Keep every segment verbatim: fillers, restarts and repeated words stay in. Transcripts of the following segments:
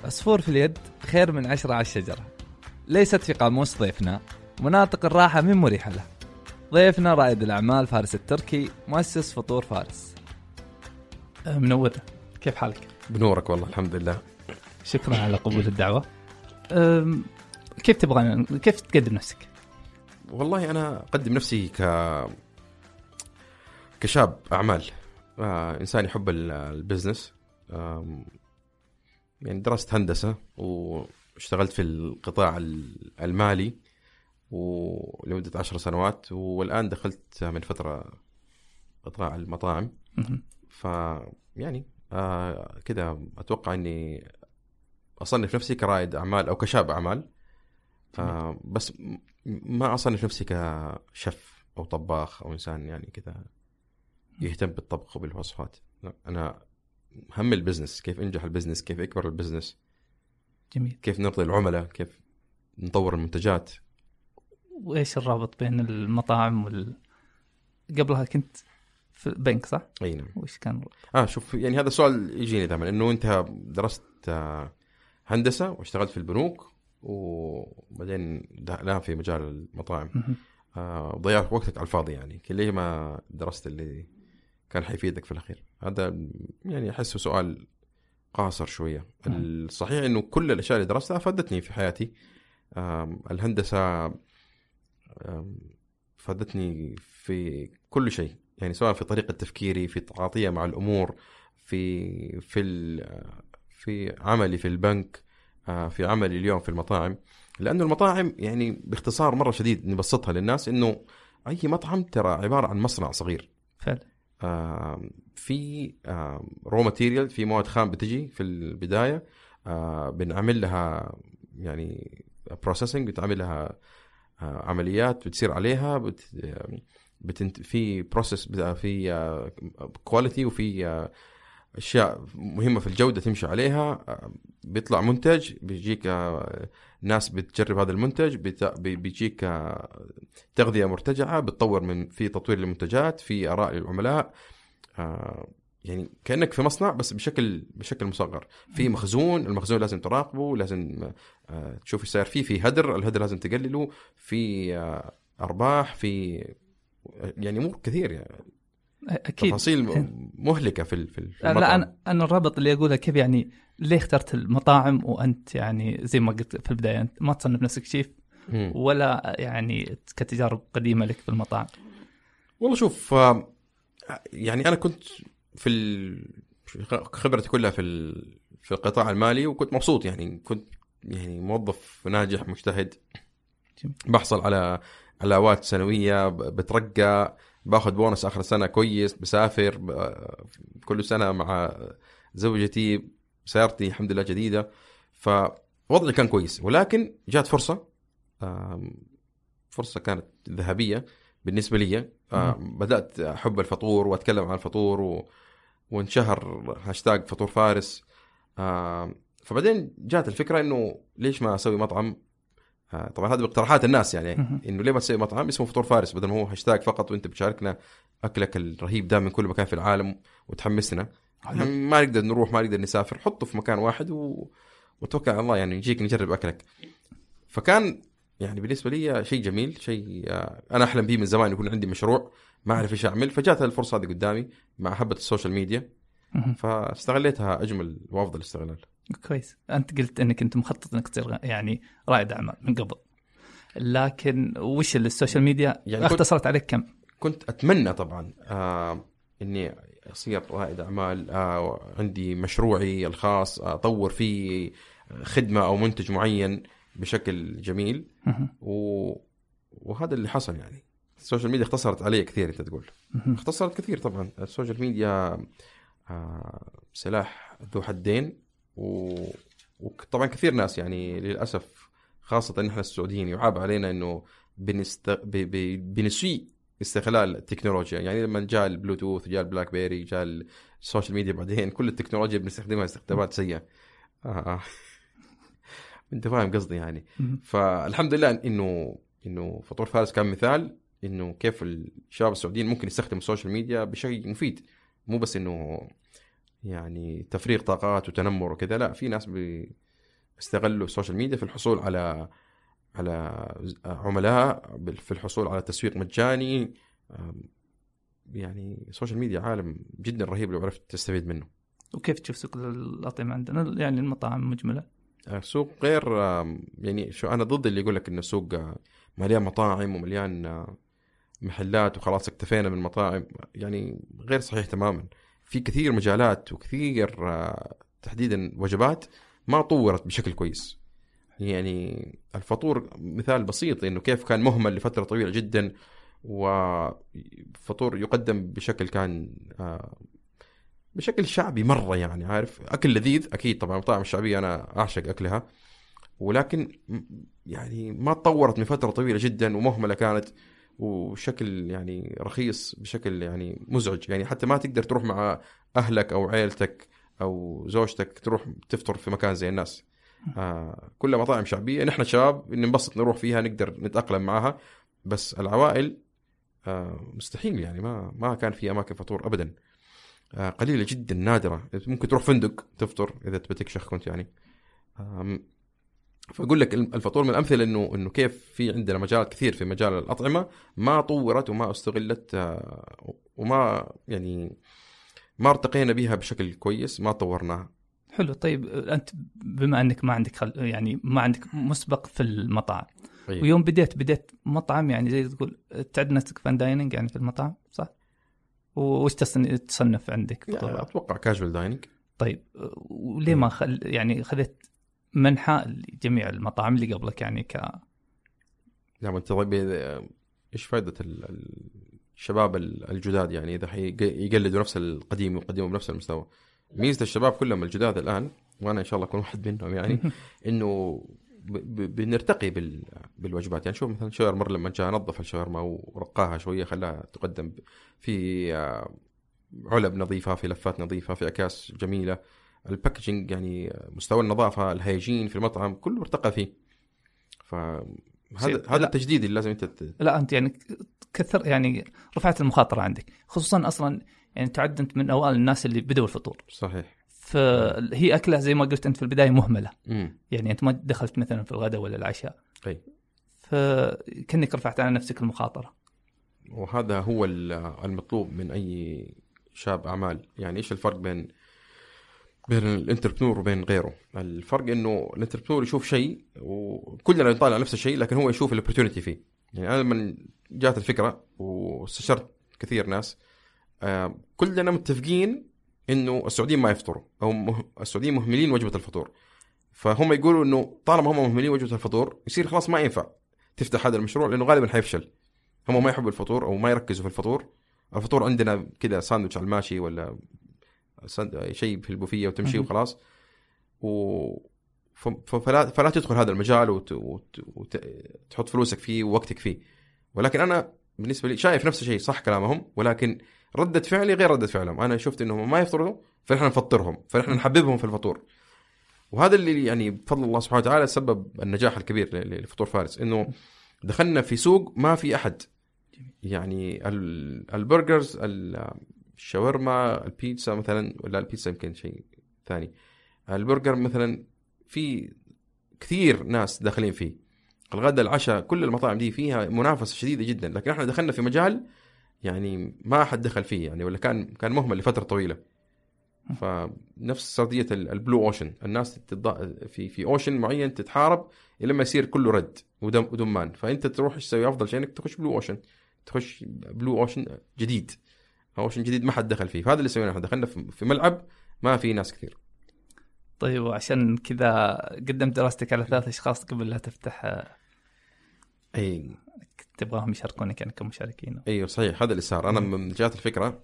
عصفور في اليد خير من عشرة على الشجرة. ليست في قاموس ضيفنا مناطق الراحة من مريحة له. ضيفنا رائد الأعمال فارس التركي، مؤسس فطور فارس. منور، كيف حالك؟ بنورك والله الحمد لله. شكرا على قبول الدعوة. كيف تبغى كيف تقدم نفسك؟ والله أنا أقدم نفسي ك كشاب أعمال، آه، إنسان يحب البزنس. آه، يعني درست هندسة واشتغلت في القطاع المالي ولمدة عشر سنوات، والآن دخلت من فترة قطاع المطاعم. فيعني آه كده أتوقع أني أصنف نفسي كرائد أعمال أو كشاب أعمال، آه بس ما أصنف نفسي كشف أو طباخ أو إنسان يعني كده يهتم بالطبخ وبالوصفات. أنا هم البزنس، كيف انجح البزنس، كيف يكبر البزنس، جميل، كيف نرضي العملاء، كيف نطور المنتجات. وإيش الرابط بين المطاعم وال... قبلها كنت في البنك صح؟ أي نعم. وإيش كان؟ آه شوف، يعني هذا السؤال يجيني دائما، إنه أنت درست آه هندسة واشتغلت في البنوك وبعدين لا في مجال المطاعم، آه ضيعت وقتك على الفاضي. يعني ليه ما درست اللي كان حيفيدك في الأخير؟ هذا يعني أحسه سؤال قاصر شوية. الصحيح إنه كل الأشياء اللي درستها فادتني في حياتي. الهندسة فادتني في كل شيء، يعني سواء في طريقة تفكيري، في تعاطية مع الأمور، في في في عملي في البنك، في عملي اليوم في المطاعم. لأنه المطاعم يعني باختصار مرة شديد نبسطها للناس، إنه أي مطعم ترى عبارة عن مصنع صغير فعلا. آه في رو ماتيريال، في مواد خام بتجي في البداية، آه بنعمل لها يعني بروسيسنج، بتعمل لها آه عمليات بتصير عليها بت بتنت في بروسيس، في كواليتي، وفي آه أشياء مهمة في الجودة تمشي عليها. آه بيطلع منتج، بيجيك آه ناس بتجرب هذا المنتج، بيجيك آه تغذية مرتجعة، بتطور من في تطوير للمنتجات، في آراء للعملاء. آه يعني كأنك في مصنع بس بشكل بشكل مصغر. في مخزون، المخزون لازم تراقبه، لازم آه تشوف ايش صاير فيه. في هدر، الهدر لازم تقلله. في آه أرباح، في يعني أمور كثير يعني أكيد. تفاصيل مهلكة في في المطعم. لا أنا أنا الرابط اللي أقوله كيف يعني ليه اخترت المطاعم وأنت يعني زي ما قلت في البداية أنت ما تصنف نفسك شيف ولا يعني كتجارب قديمة لك في المطاعم؟ والله شوف، يعني أنا كنت في خبرتي كلها في في القطاع المالي، وكنت مبسوط. يعني كنت يعني موظف ناجح مجتهد، بحصل على علاوات سنوية، بترقى، باخذ بونص آخر السنة كويس، بسافر كل سنة مع زوجتي، سيارتي الحمد لله جديدة، فوضعي كان كويس. ولكن جات فرصة، فرصة كانت ذهبية بالنسبة لي. بدأت أحب الفطور وأتكلم عن الفطور و... وانشهر هاشتاج فطور فارس. فبعدين جات الفكرة إنه ليش ما أسوي مطعم. طبعا هذا باقتراحات الناس، يعني إنه ليه ما تسوي مطعم اسمه فطور فارس بدل ما هو هاشتاج فقط وأنت بتشاركنا أكلك الرهيب ده من كل مكان في العالم وتحمسنا. ما نقدر نروح، ما نقدر نسافر، حطه في مكان واحد و... وتوكل على الله، يعني نجيك نجرب أكلك. فكان يعني بالنسبة لي شيء جميل، شيء أنا أحلم به من زمان، يكون عندي مشروع ما أعرف إيش أعمل. فجاءت الفرصة هذه قدامي مع حبة السوشيال ميديا، فاستغليتها أجمل وأفضل استغلال. كويس. أنت قلت أنك أنت مخطط أنك تصير يعني رائد أعمال من قبل، لكن وش السوشيال ميديا يعني اختصرت عليك كم؟ كنت أتمنى طبعا آه إني أصير رائد أعمال، آه عندي مشروعي الخاص، أطور فيه خدمة أو منتج معين بشكل جميل، و... وهذا اللي حصل. يعني السوشيال ميديا اختصرت علي كثير. انت تقول اختصرت كثير. طبعا السوشيال ميديا آه سلاح ذو حدين، و... وطبعا كثير ناس يعني للأسف خاصة ان احنا السعوديين يعاب علينا انه بنست... ب... ب... بنسيء استغلال التكنولوجيا. يعني لما جاء البلوتوث، جاء البلاك بيري، جاء السوشيال ميديا، بعدين كل التكنولوجيا بنستخدمها استخدامات سيئة. آه. انت فاهم قصدي يعني. فالحمد لله انه انه فطور فارس كان مثال انه كيف الشباب السعوديين ممكن يستخدموا السوشيال ميديا بشيء مفيد، مو بس انه يعني تفريغ طاقات وتنمر وكذا. لا، في ناس بي استغلوا السوشيال ميديا في الحصول على على عملاء، في الحصول على تسويق مجاني. يعني السوشيال ميديا عالم جدا رهيب لو عرفت تستفيد منه. وكيف تشوف سوق الأطعمة عندنا يعني المطاعم مجملة؟ سوق غير يعني شو أنا ضد اللي يقول لك إنه سوق مليان مطاعم ومليان محلات وخلاص اكتفينا من المطاعم، يعني غير صحيح تماما. في كثير مجالات وكثير تحديدا وجبات ما طورت بشكل كويس. يعني الفطور مثال بسيط إنه كيف كان مهمل لفترة طويلة جدا، وفطور يقدم بشكل كان بشكل شعبي مرة، يعني عارف أكل لذيذ أكيد طبعا المطاعم الشعبية أنا أعشق أكلها، ولكن يعني ما تطورت من فترة طويلة جدا ومهملة كانت، وشكل يعني رخيص بشكل يعني مزعج. يعني حتى ما تقدر تروح مع أهلك أو عائلتك أو زوجتك تروح تفطر في مكان زي الناس. آه كلها مطاعم شعبية، نحن شباب ننبسط نروح فيها نقدر نتأقلم معها، بس العوائل آه مستحيل. يعني ما ما كان في أماكن فطور أبدا، آه قليلة جدا نادرة. ممكن تروح فندق تفطر إذا تبتك شخ كنت يعني. فأقول لك الفطور من الأمثلة إنه إنه كيف في عندنا مجالات كثير في مجال الأطعمة ما طورت وما استغلت، آه وما يعني ما ارتقينا بها بشكل كويس، ما طورناها. حلو. طيب أنت بما أنك ما عندك خل... يعني ما عندك مسبق في المطاعم، أيه. ويوم بديت بديت مطعم يعني زي تقول تعدنا فان دايننج يعني في المطعم صح؟ وش تصنف عندك؟ يعني أتوقع كاجوال دايننج. طيب وليه ما خل... يعني خذت منحى لجميع المطاعم اللي قبلك يعني ك نعم. انت ايش فائدة الشباب الجداد يعني اذا يقلدوا نفس القديم ويقدموا بنفس المستوى؟ ميزة الشباب كلهم الجداد الان، وانا ان شاء الله اكون واحد منهم، يعني انه بنرتقي بالوجبات. يعني شوف مثلا شاورما لما جاء نظف الشاورما ورقاها شوية، خلاها تقدم في علب نظيفة، في لفات نظيفة، في أكياس جميلة. الباكجينج يعني مستوى النظافة، الهيجين في المطعم كله ارتقى فيه. فهذا هذا التجديد اللي لازم انت ت... لا انت يعني كثر يعني رفعت المخاطرة عندك، خصوصا اصلا يعني تعد انت من اوائل الناس اللي بدأوا الفطور. صحيح. فهي اكلها زي ما قلت انت في البداية مهملة. مم. يعني انت ما دخلت مثلا في الغداء ولا العشاء. اي. فكنك رفعت على نفسك المخاطرة، وهذا هو المطلوب من اي شاب اعمال. يعني ايش الفرق بين بين الانتربرنور وبين غيره؟ الفرق انه الانتربرنور يشوف شيء وكلنا نطالع نفس الشيء، لكن هو يشوف الاوبورتونيتي فيه. يعني انا لما جات الفكره واستشرت كثير ناس، آه كلنا متفقين انه السعوديين ما يفطروا، او مه... السعوديين مهملين وجبه الفطور. فهم يقولوا انه طالما هم مهملين وجبه الفطور يصير خلاص ما ينفع تفتح هذا المشروع، لانه غالبا حيفشل. هم ما يحبوا الفطور او ما يركزوا في الفطور. الفطور عندنا كذا ساندويتش على الماشي ولا شيء في البوفيه وتمشي وخلاص. و فلا فلا تدخل هذا المجال وت... وت... وتحط فلوسك فيه ووقتك فيه. ولكن انا بالنسبه لي شايف نفس الشيء، صح كلامهم، ولكن ردة فعلي غير ردة فعلهم. انا شفت انهم ما يفطروا فنحن نفطرهم، فنحن نحببهم في الفطور. وهذا اللي يعني بفضل الله سبحانه وتعالى سبب النجاح الكبير لفطور فارس، انه دخلنا في سوق ما في احد. يعني البرجرز، الشاورما، البيتزا مثلا، ولا البيتزا يمكن شيء ثاني. البرجر مثلا في كثير ناس داخلين فيه. الغداء، العشاء، كل المطاعم دي فيها منافسة شديدة جدا، لكن احنا دخلنا في مجال يعني ما أحد دخل فيه، يعني ولا كان كان مهمل لفترة طويلة. فنفس سردية البلو أوشن، الناس تتض... في في أوشن معين تتحارب لما يصير كله رد ودم ودمان. فأنت تروح تسوي أفضل شيء إنك تخش بلو أوشن، تخش بلو أوشن جديد، أوشن جديد ما حد دخل فيه. هذا اللي سويناه، احنا دخلنا في ملعب ما في ناس كثير. طيب وعشان كذا قدمت دراستك على ثلاث أشخاص قبل لا تفتح؟ أي تبغاهم يشاركونك يعني كمشاركين؟ أيوة صحيح، هذا اللي صار. أنا من جات الفكرة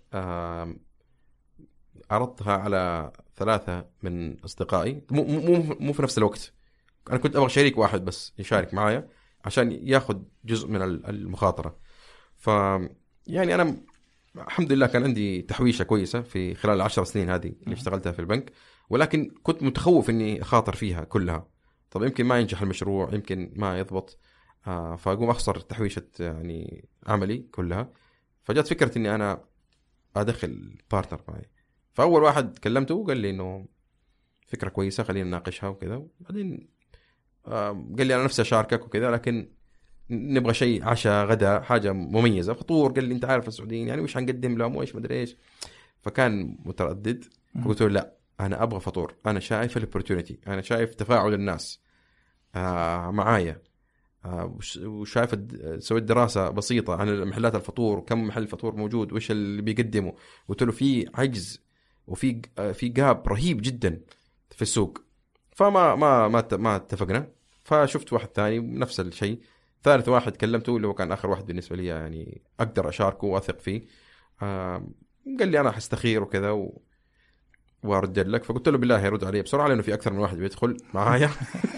عرضتها على ثلاثة من أصدقائي، مو مو مو في نفس الوقت. أنا كنت أبغى شريك واحد بس يشارك معايا عشان ياخذ جزء من المخاطرة. ف يعني أنا الحمد لله كان عندي تحويشة كويسة في خلال العشر سنين هذه اللي اشتغلتها في البنك، ولكن كنت متخوف إني أخاطر فيها كلها. طب يمكن ما ينجح المشروع، يمكن ما يضبط، آه فأقوم أخسر تحويشة يعني عملي كلها. فجأت فكرة إني أنا أدخل بارتنر معي. فأول واحد كلمته قال لي إنه فكره كويسه خلينا نناقشها وكذا. وبعدين آه قال لي انا نفسي اشاركك وكذا، لكن نبغى شيء عشاء غدا حاجه مميزه، فطور. قال لي انت عارف السعوديين يعني وش هنقدم لهم وايش ما ادري ايش، فكان متردد. قلت له لا انا ابغى فطور، انا شايف الاوبورتونيتي، انا شايف تفاعل الناس آه معايا، آه وشايف سويت دراسه بسيطه عن محلات الفطور وكم محل فطور موجود وايش اللي بيقدمه. قلت له في عجز وفي في جاب رهيب جدا في السوق. فما ما ما ما اتفقنا، فشفت واحد ثاني نفس الشيء. ثالث واحد كلمته اللي هو كان اخر واحد بالنسبه لي يعني اقدر اشاركه واثق فيه، آه قال لي انا حستخير وكذا و... وارد لك. فقلت له بالله يرد علي بسرعه لانه في اكثر من واحد بيدخل معايا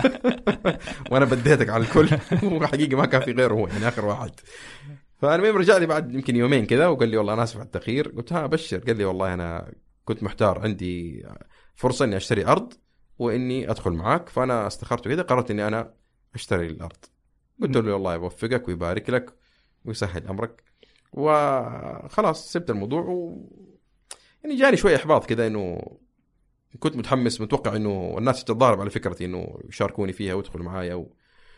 وانا بديتك على الكل وحقيقه ما كان في غيره هو يعني اخر واحد. فانا ما رجع لي بعد يمكن يومين كذا وقال لي والله انا اسف على التاخير. قلت ها بشر. قال لي والله انا كنت محتار، عندي فرصه اني اشتري ارض واني ادخل معاك، فانا استخرت كذا قررت اني انا اشتري الارض. قلت له والله يوفقك ويبارك لك ويسهل امرك، وخلاص سبت الموضوع. و يعني جاني شويه احباط كذا انه كنت متحمس متوقع انه الناس تتضارب على فكرتي انه يشاركوني فيها ويدخلوا معايا و...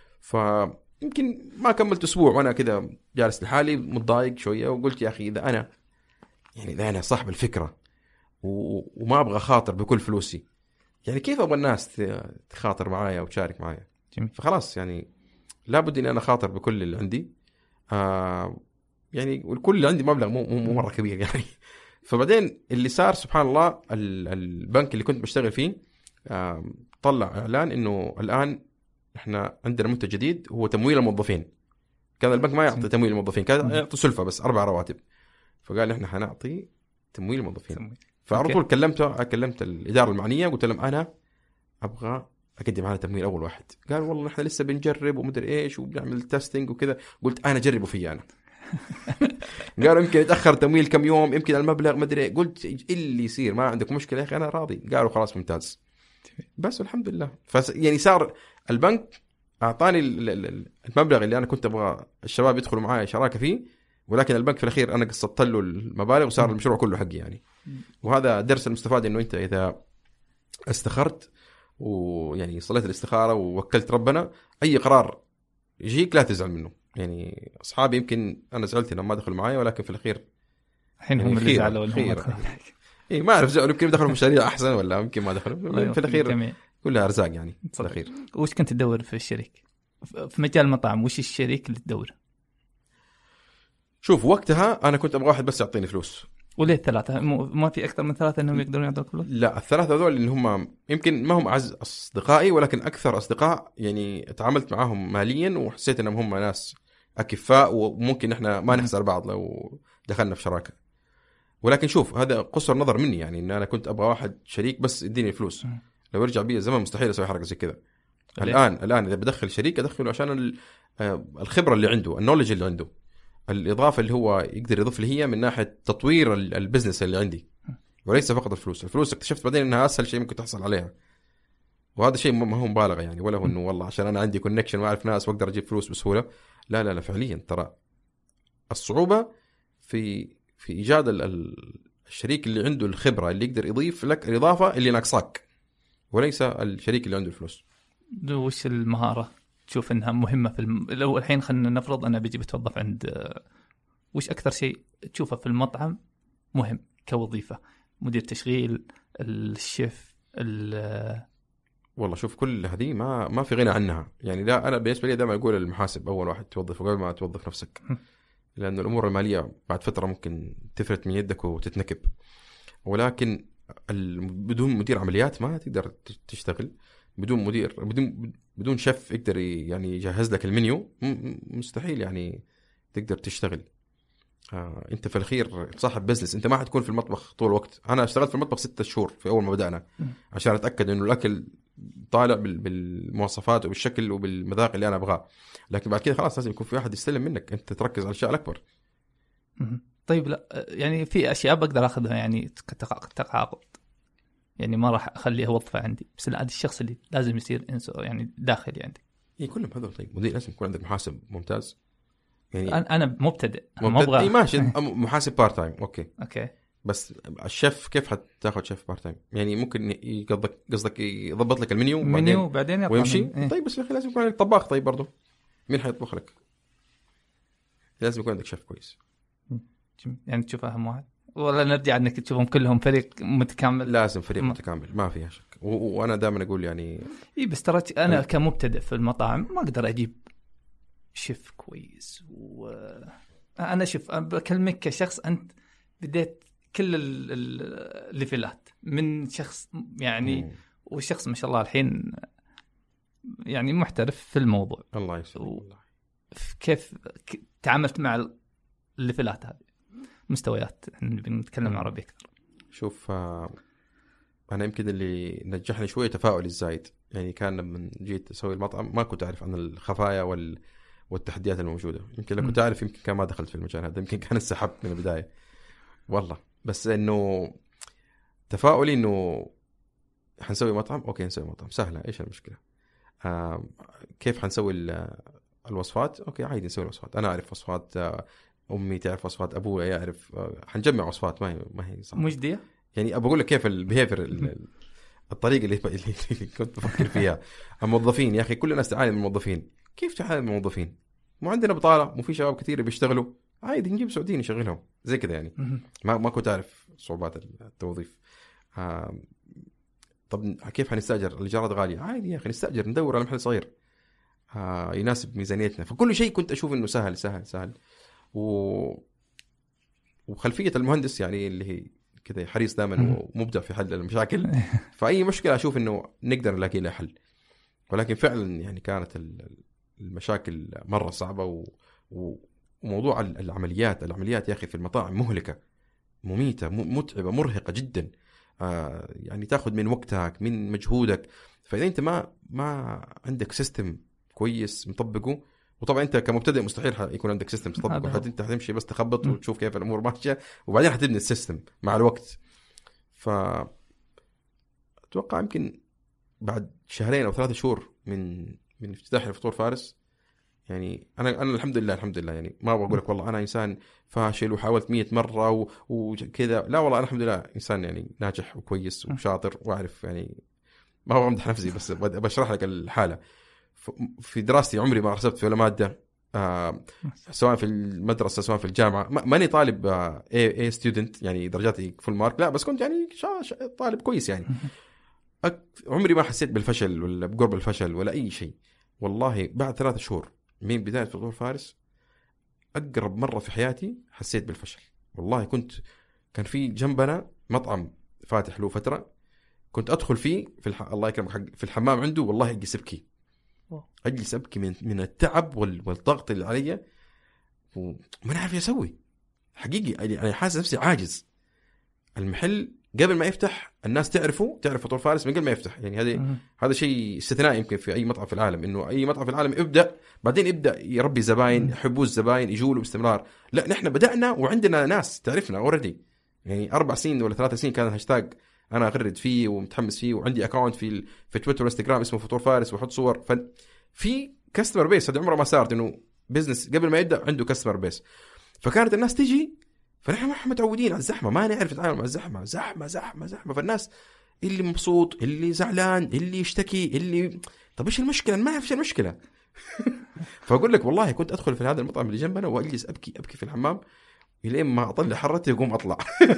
فيمكن ما كملت اسبوع وانا كذا جالس لحالي متضايق شويه، وقلت يا اخي اذا انا يعني اذا انا صاحب الفكره و... وما ابغى خاطر بكل فلوسي، يعني كيف ابغى الناس تخاطر معايا وتشارك معايا؟ فخلاص يعني لابد اني انا خاطر بكل اللي عندي. آه يعني والكل اللي عندي مبلغ مو مو مره كبير يعني. فبعدين اللي صار سبحان الله البنك اللي كنت بشتغل فيه آه طلع اعلان انه الان احنا عندنا منتج جديد هو تمويل الموظفين. كان البنك ما يعطي تمويل الموظفين، كان يعطي سلفه بس اربع رواتب. فقال احنا حنعطي تمويل الموظفين. فعلى طول كلمته كلمت الاداره المعنيه قلت لهم انا ابغى اقدم على تمويل اول واحد. قال والله احنا لسه بنجرب ومدري ايش وبنعمل تيستينج وكذا. قلت انا جربوا فيا انا. قالوا يمكن يتاخر تمويل كم يوم، يمكن المبلغ مدري. قلت اللي يصير ما عندك مشكله يا اخي انا راضي. قالوا خلاص ممتاز بس الحمد لله. ف يعني صار البنك اعطاني المبلغ اللي انا كنت ابغى الشباب يدخلوا معايا شراكه فيه، ولكن البنك في الاخير انا قسطت له المبالغ وصار المشروع كله حقي يعني. وهذا درس المستفاد انه انت اذا استخرت ويعني صليت الاستخاره ووكلت ربنا اي قرار يجيك لا تزعل منه. يعني اصحابي يمكن انا زعلت لما ما دخلوا معايا، ولكن في الاخير الحين هم اللي زعلوا انهم اي ما اعرف زعلوا يمكن دخلوا مشاريع احسن ولا يمكن ما دخلوا. في الاخير كلها ارزاق يعني في الاخير. وش كنت تدور في الشريك في مجال المطاعم؟ وش الشريك اللي تدور؟ شوف وقتها انا كنت ابغى واحد بس يعطيني فلوس. وليه الثلاثة؟ ما في أكثر من ثلاثة إنهم يقدرون يعطوك فلوس؟ لا الثلاثة هذول اللي هم يمكن ما هم أعز أصدقائي، ولكن أكثر أصدقاء يعني تعاملت معهم ماليا وحسيت إنهم هم ناس أكفاء وممكن إحنا ما نخسر بعض لو دخلنا في شراكة. ولكن شوف هذا قصر نظر مني يعني إن أنا كنت أبغى واحد شريك بس يديني فلوس. لو يرجع بي الزمن مستحيل أسوي حركة زي كذا. الآن الآن إذا بدخل شريك أدخله عشان الخبرة اللي عنده، النولج اللي عنده، الإضافة اللي هو يقدر يضيف لي هي من ناحية تطوير البزنس اللي عندي، وليس فقط الفلوس. الفلوس اكتشفت بعدين إنها أسهل شيء ممكن تحصل عليها، وهذا شيء ما هو مبالغة يعني، ولا هو إنه والله عشان أنا عندي كونكشن وأعرف ناس وأقدر أجيب فلوس بسهولة. لا لا لا فعليا ترى الصعوبة في في إيجاد الشريك اللي عنده الخبرة اللي يقدر يضيف لك الإضافة اللي ناقصاك، وليس الشريك اللي عنده الفلوس. وش المهارة تشوف انها مهمه في الم... لو الحين خلينا نفرض انا بيجي بتوظف عند، وش اكثر شيء تشوفه في المطعم مهم كوظيفه؟ مدير تشغيل، الشيف، ال... والله شوف كل هذه ما ما في غنى عنها يعني. لا انا بالنسبه لي دائما اقول المحاسب اول واحد توظفه قبل ما توظف نفسك، لأن الامور الماليه بعد فتره ممكن تفلت من يدك وتتنكب. ولكن بدون مدير عمليات ما تقدر تشتغل، بدون مدير بدون بدون شيف يقدر يعني يجهز لك المنيو مستحيل يعني تقدر تشتغل. آه، انت في الاخير صاحب بزنس، انت ما حتكون في المطبخ طول الوقت. انا اشتغلت في المطبخ ستة شهور في اول ما بدأنا عشان اتاكد انه الاكل طالع بالمواصفات وبالشكل وبالمذاق اللي انا ابغاه، لكن بعد كده خلاص لازم يكون في واحد يستلم منك، انت تركز على الاشياء الاكبر. طيب لا يعني في اشياء بقدر اخذها يعني كتعاقد، يعني ما راح اخليها وظيفه عندي، بس لا هذا الشخص اللي لازم يصير انسو يعني داخلي عندي. اي كلهم هذول. طيب مدير لازم يكون عندك محاسب ممتاز يعني. انا انا مبتدئ، انا ما ابغى ماشي محاسب بارت تايم اوكي اوكي بس الشيف كيف حتاخذ شيف بارت تايم؟ يعني ممكن يقصدك قصدك يضبط لك المنيو منيو بعدين يطلع ويمشي. إيه؟ طيب بس يا اخي لازم يكون عندك طباخ. طيب برضه مين حيطبخ لك؟ لازم يكون عندك شيف كويس. يعني تشوف اهم واحد ولا نرجع انك تشوفهم كلهم فريق متكامل؟ لازم فريق م... متكامل ما فيها شك. و... وانا دائما اقول يعني اي بس ترى انا أنا... كمبتدئ في المطاعم ما اقدر اجيب شيف كويس. و انا شوف أنا بكلمك كشخص انت بديت كل الليفلات من شخص يعني م. وشخص ما شاء الله الحين يعني محترف في الموضوع. الله يسلمك. و... كيف تعاملت مع الليفلات هذه مستويات؟ بنتكلم عربي أكثر. شوف أنا يمكن اللي نجحني شوية تفاؤلي الزايد. يعني كان لما جيت أسوي المطعم ما كنت أعرف عن الخفايا وال... والتحديات الموجودة. يمكن لو كنت أعرف يمكن كان ما دخلت في المجال هذا. يمكن كان انسحبت من البداية والله. بس إنه تفاؤلي إنه حنسوي مطعم. أوكي نسوي مطعم سهلة. إيش المشكلة؟ آه كيف حنسوي الوصفات؟ أوكي عادي نسوي الوصفات. أنا أعرف وصفات، آه أمي تعرف وصفات، أبوي يعرف. حنجمع وصفات ما هي ما هي صح. مش دي يعني أبغى أقول لك كيف البيهيفير الطريقة اللي اللي كنت بفكر فيها. الموظفين يا أخي كل الناس تعاني من الموظفين. كيف تعاني من الموظفين؟ مو عندنا بطالة، مو في شباب كثير بيشتغلوا عادي نجيب سعوديين نشغلهم زي كذا يعني. ما ما كنت أعرف صعوبات التوظيف. آه طب كيف حنستأجر؟ الإيجارات غالية. عادي يا أخي نستأجر ندور على محل صغير آه يناسب ميزانيتنا. فكل شيء كنت أشوف إنه سهل سهل سهل. و... وخلفية المهندس يعني اللي هي كذا حريص دائما ومبدع في حل المشاكل. فأي مشكلة أشوف إنه نقدر نلاقي لها حل. ولكن فعلا يعني كانت المشاكل مرة صعبة. و... وموضوع العمليات العمليات يا أخي في المطاعم مهلكة مميتة متعبة مرهقة جدا. آه يعني تأخذ من وقتك من مجهودك. فإذا أنت ما ما عندك سيستم كويس مطبقه، وطبعا انت كمبتدئ مستحيل يكون عندك سيستم تطبقه. انت حتمشي بس تخبط وتشوف كيف الامور ماشيه وبعدين حتبني السيستم مع الوقت. ف اتوقع يمكن بعد شهرين او ثلاثة شهور من من افتتاح فطور فارس يعني انا انا الحمد لله الحمد لله يعني ما بقول لك والله انا انسان فاشل وحاولت مية مره وكذا. لا والله الحمد لله انسان يعني ناجح وكويس وشاطر واعرف يعني ما هو امدح نفسي بس بشرح لك الحاله. في دراستي عمري ما رسبت في ولا مادة آه سواء في المدرسة سواء في الجامعة. ماني طالب آه اي ستودنت يعني درجاتي فول مارك لا، بس كنت يعني شا شا طالب كويس يعني. عمري ما حسيت بالفشل ولا بقرب الفشل ولا أي شيء. والله بعد ثلاثة شهور من بداية فطور فارس أقرب مرة في حياتي حسيت بالفشل. والله كنت كان في جنبنا مطعم فاتح له فترة كنت أدخل فيه في الح... الله يكرمك في الحمام عنده والله أجلس أبكي أجلس أبكي من من التعب والضغط اللي علي وما نعرف أسوي حقيقي. أنا حاسس نفسي عاجز. المحل قبل ما يفتح الناس تعرفه تعرف فطور فارس من قبل ما يفتح يعني. هذا هذا شيء استثنائي يمكن في أي مطعم في العالم، إنه أي مطعم في العالم يبدأ بعدين يبدأ يربي زباين يحبوا الزباين يجوا له باستمرار. لا نحن بدأنا وعندنا ناس تعرفنا أوردي يعني أربع سنين ولا ثلاث سنين كان هاشتاج أنا أغرد فيه ومتحمس فيه وعندي أكاونت في في تويتر وإنستغرام اسمه فطور فارس وحط صور. ففي كاستمر بيس. هذا عمره ما صارت إنه بيزنس قبل ما يبدأ عنده كاستمر بيس. فكانت الناس تيجي فنحن ما متعودين على الزحمة ما نعرف نتعامل مع الزحمة. زحمة زحمة زحمة. فالناس اللي مبسوط اللي زعلان اللي يشتكي اللي طب إيش المشكلة ما أعرف إيش المشكلة. فأقول لك والله كنت أدخل في هذا المطعم اللي جنبنا وأجلس أبكي أبكي في الحمام إلين ما أطلع حرتي وقوم أطلع.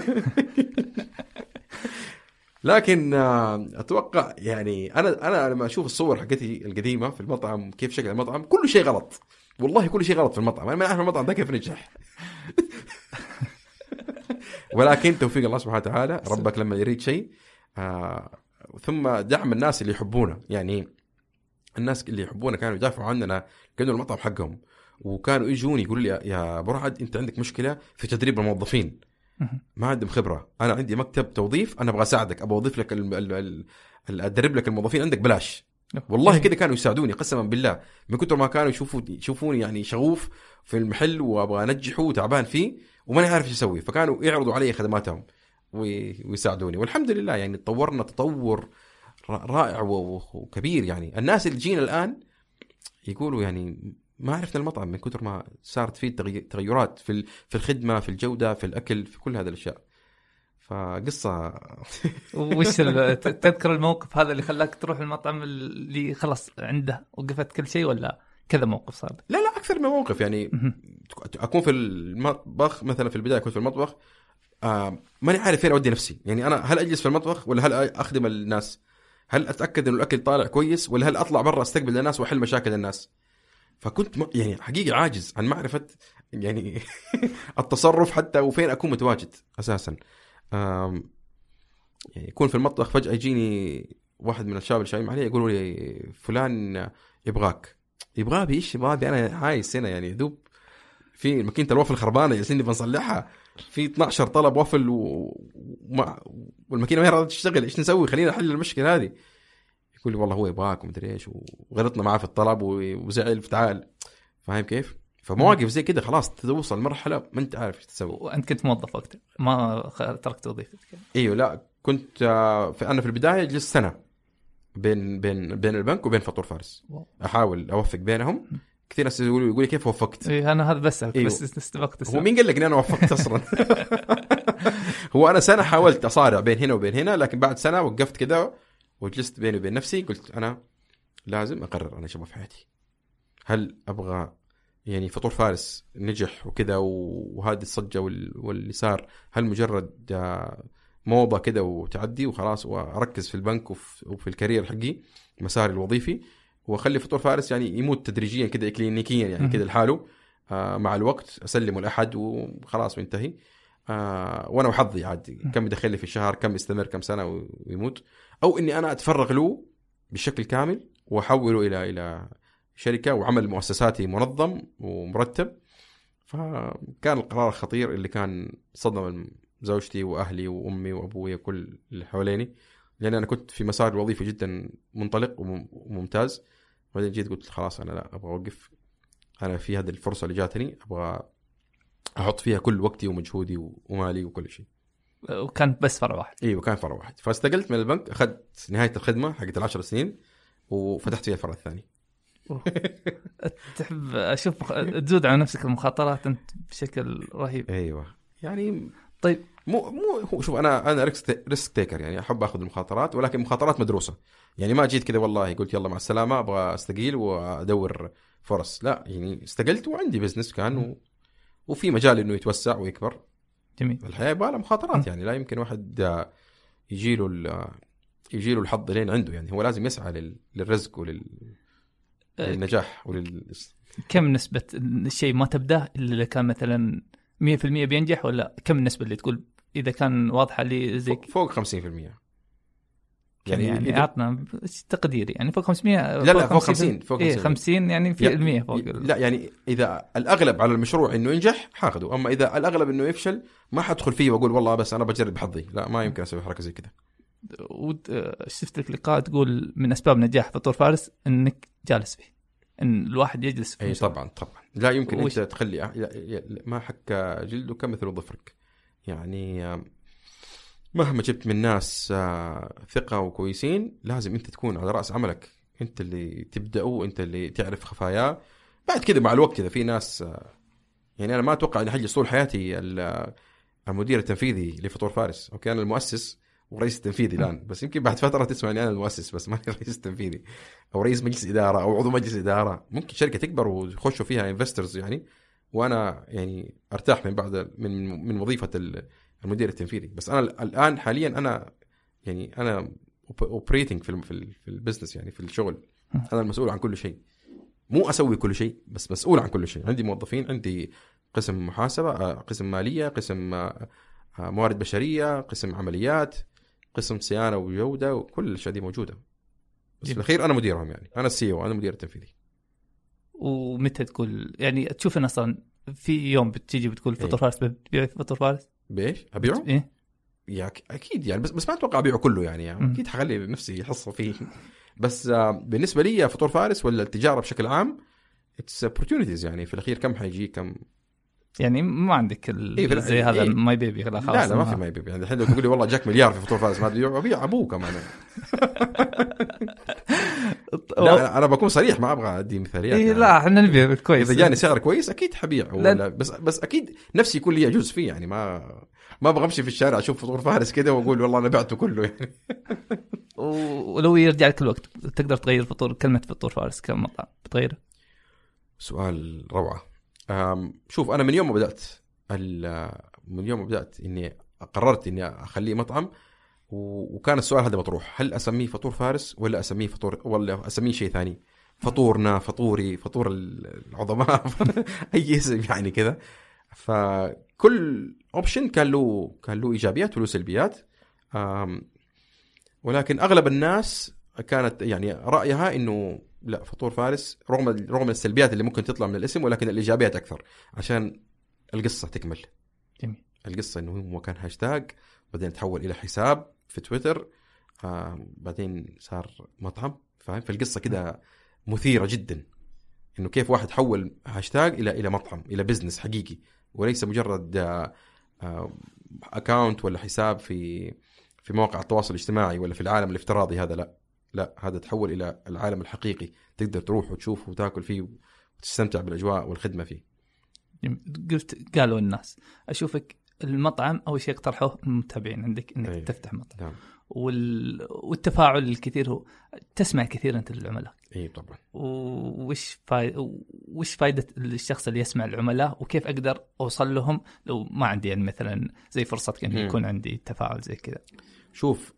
لكن أتوقع يعني أنا أنا لما أشوف الصور حقتي القديمة في المطعم كيف شكل المطعم كل شيء غلط. والله كل شيء غلط في المطعم. أنا ما أعرف المطعم ده كيف نجح. ولكن توفيق الله سبحانه وتعالى. ربك لما يريد شيء آه ثم دعم الناس اللي يحبونا. يعني الناس اللي يحبونا كانوا يدافعوا عننا كانوا المطعم حقهم وكانوا يجوني يقولوا لي يا برعد أنت عندك مشكلة في تدريب الموظفين ما عندهم خبرة. أنا عندي مكتب توظيف أنا أبغى أساعدك أبغى أضيف لك أدرب لك الموظفين عندك بلاش. والله كده كانوا يساعدوني قسما بالله من كتر ما كانوا يشوفوا يشوفوني يعني شغوف في المحل وأبغى أنجحه وتعبان فيه وما عارف ايش اسوي. فكانوا يعرضوا علي خدماتهم ويساعدوني والحمد لله يعني تطورنا تطور رائع وكبير. يعني الناس اللي جينا الآن يقولوا يعني ما عرفنا المطعم من كتر ما صارت فيه تغيرات في في الخدمة في الجودة في الأكل في كل هذه الأشياء. فقصة. وش ال- ت- تذكر الموقف هذا اللي خلاك تروح المطعم اللي خلص عنده وقفت كل شيء، ولا كذا موقف صار؟ لا لا أكثر من موقف يعني. مهم. أكون في المطبخ مثلا، في البداية كنت في المطبخ آه ماني عارف فين أودي نفسي، يعني أنا هل أجلس في المطبخ ولا هل أخدم الناس، هل أتأكد إنه الأكل طالع كويس ولا هل أطلع برا أستقبل الناس وأحل مشاكل الناس. فكنت م... يعني حقيقة عاجز عن معرفة يعني التصرف حتى وفين أكون متواجد أساسا. آم... يعني يكون في المطبخ فجأة يجيني واحد من الشباب اللي شايفين عليه يقولوا لي فلان يبغاك. يبغى بإيش؟ يبغى بي أنا عايز هنا يعني دوب في ماكينة الوافل خربانة يسني بنصلحها، في اثنا عشر طلب وافل ومع والماكينة ما هي راضية تشتغل، إيش نسوي؟ خلينا نحل المشكلة هذه. يقول لي والله هو يبغاك ومدري إيش، وغلطنا معاه في الطلب وزعل فتعال. فاهم كيف؟ فمواقف زي كده خلاص توصل مرحلة ما أنت عارف إيش تسوي. وأنت كنت موظف وقتها ما تركت وظيفتك؟ أيوه لا كنت في أنا في البداية جلست سنة بين بين بين البنك وبين فطور فارس، أحاول أوفق بينهم. كثير ناس يقولوا يقولي كيف وفقت؟ إيه أنا هذا بسألك. أيوه. بس استبقت. هو مين قال لك إن أنا وفقت أصلا؟ هو أنا سنة حاولت أصارع بين هنا وبين هنا، لكن بعد سنة وقفت كده وجلست بيني وبين نفسي، قلت أنا لازم أقرر أنا شباب في حياتي، هل أبغى يعني فطور فارس نجح وكذا وهذه الصجة واللي صار هل مجرد موضة كده وتعدي وخلاص، وأركز في البنك وفي الكارير حقي مساري الوظيفي، وأخلي فطور فارس يعني يموت تدريجيا كده إكلينيكيا يعني كده لحاله آه مع الوقت أسلمه الأحد وخلاص وينتهي آه وأنا وحظي عادي كم يدخل لي في الشهر كم يستمر كم سنة ويموت، أو إني أنا أتفرغ له بشكل كامل وأحوله إلى إلى شركة وعمل مؤسساتي منظم ومرتب. فكان القرار الخطير اللي كان صدم زوجتي وأهلي وأمي وأبوي وكل اللي حواليني، لأن أنا كنت في مسار الوظيفي جدا منطلق وممتاز، وبعدين جيت قلت خلاص أنا لا أبغى أوقف، أنا في هذه الفرصة اللي جاتني أبغى أحط فيها كل وقتي ومجهودي ومالي وكل شيء. وكان بس فرع واحد؟ إيه وكان فرع واحد. فاستقلت من البنك، أخذت نهاية الخدمة حقت العشر سنين وفتحت فيها الفرع الثاني. تحب أشوف تزود على نفسك المخاطرات أنت بشكل رهيب. أيوة يعني طيب مو مو شوف أنا أنا ريسك ريسك تيكر، يعني أحب أخذ المخاطرات ولكن مخاطرات مدروسة، يعني ما جيت كذا والله قلت يلا مع السلامة أبغى أستقيل وأدور فرص، لا يعني استقلت وعندي بزنس كان و... وفي مجال إنه يتوسع ويكبر. جميل. الحياة يبغى لها مخاطرات، يعني لا يمكن واحد يجيله ال... يجيله الحظ لين عنده، يعني هو لازم يسعى لل... للرزق ولل للنجاح ولل. كم نسبة الشيء ما تبدأ إلا كان مثلا مية في المية بينجح، ولا كم النسبة اللي تقول إذا كان واضحة لي زي فوق خمسين في المية؟ يعني يعني إذا... أعطنا تقديري يعني فوق خمسمية. لا لا فوق خمسين فوق إيه خمسين يعني في يعني المية فوق. لا يعني إذا الأغلب على المشروع إنه ينجح حاخده، أما إذا الأغلب إنه يفشل ما حدخل فيه وأقول والله بس أنا بجرب حظي، لا ما يمكن أسوي حركة زي كده. شفت لك لقاء تقول من أسباب نجاح فطور فارس إنك جالس فيه، إن الواحد يجلس فيه. أي طبعا طبعا لا يمكن وش... أنت تخلي ما حك جلدك مثل ظفرك، يعني مهما جبت من ناس ثقة وكويسين لازم أنت تكون على رأس عملك، أنت اللي تبدأه، أنت اللي تعرف خفاياه. بعد كده مع الوقت إذا في ناس، يعني أنا ما أتوقع أن حجلس طول حياتي المدير التنفيذي لفطور فارس، أوكي أنا المؤسس ورئيس التنفيذي الآن، بس يمكن بعد فترة تسمعني أنا المؤسس بس ما رئيس التنفيذي أو رئيس مجلس إدارة أو عضو مجلس إدارة. ممكن شركة تكبر ويخشوا فيها انفسترز يعني، وأنا يعني أرتاح من بعد من من وظيفة المدير التنفيذي. بس أنا الآن حاليا أنا يعني أنا اوبريتنج في في في البزنس، يعني في الشغل أنا المسؤول عن كل شيء، مو أسوي كل شيء بس مسؤول عن كل شيء. عندي موظفين، عندي قسم محاسبة، قسم مالية، قسم موارد بشرية، قسم عمليات، قسم صيانة وجودة، وكل الأشياء دي موجودة. بس في الأخير أنا مديرهم، يعني أنا السي او، أنا مدير التنفيذي. ومتى تقول يعني تشوف إن أصلا في يوم بتيجي بتقول فطور فارس ببيع فطور فارس بإيش أبيعه؟ إيه يا أكيد يعني، بس بس ما أتوقع أبيعه كله يعني, يعني أكيد حخلي نفسي حصة فيه. بس بالنسبة لي فطور فارس ولا التجارة بشكل عام it's opportunities، يعني في الأخير كم حيجي كم، يعني ما عندك ال... إيه زي هذا إيه؟ ماي بيبي خلاص. لا لا ما في ماي بيبي، يعني الحين لو تقول لي والله جاك مليار في فطور فارس ما أبيع أبيع أبوه كمان. لا انا بكون صريح ما ابغى ادي مثاليات. إيه لا احنا نبيع كويس. اذا جاني سعر كويس اكيد حبيع ولا بس بس اكيد نفسي يكون لي يجوز فيه يعني. ما ما ابغى امشي في الشارع اشوف فطور فارس كده واقول والله انا بعته كله يعني. ولو يرجع لك الوقت تقدر تغير فطور كلمه فطور فارس كم مطعم بتغيره؟ سؤال روعه. شوف انا من يوم ما بدات من يوم ما بدات اني قررت اني اخليه مطعم وكان السؤال هذا مطروح، هل اسميه فطور فارس ولا اسميه فطور ولا اسميه شيء ثاني؟ فطورنا، فطوري، فطور العظماء اي اسم يعني كذا. فكل اوبشن كان له كان له ايجابيات وله سلبيات، ولكن اغلب الناس كانت يعني رايها انه لا فطور فارس رغم رغم السلبيات اللي ممكن تطلع من الاسم، ولكن الايجابيات اكثر عشان القصه تكمل. جميل. القصه انه هو كان هاشتاج بعدين تحول الى حساب في تويتر، آه بعدين صار مطعم، فاهم؟ في القصه كده مثيره جدا انه كيف واحد حول هاشتاج الى الى مطعم، الى بزنس حقيقي، وليس مجرد آه آه اكاونت ولا حساب في في مواقع التواصل الاجتماعي ولا في العالم الافتراضي. هذا لا لا هذا تحول الى العالم الحقيقي، تقدر تروح وتشوف وتاكل فيه وتستمتع بالاجواء والخدمه فيه. قلت قالوا الناس اشوفك المطعم اول شيء اقترحوه المتابعين عندك انك أيه. تفتح مطعم. نعم. وال... والتفاعل الكثير هو تسمع كثير انت للعملاء. اي طبعا. وش فاي... وش فائده الشخص اللي يسمع العملاء وكيف اقدر اوصل لهم لو ما عندي يعني مثلا زي فرصه كان يكون عندي تفاعل زي كذا؟ شوف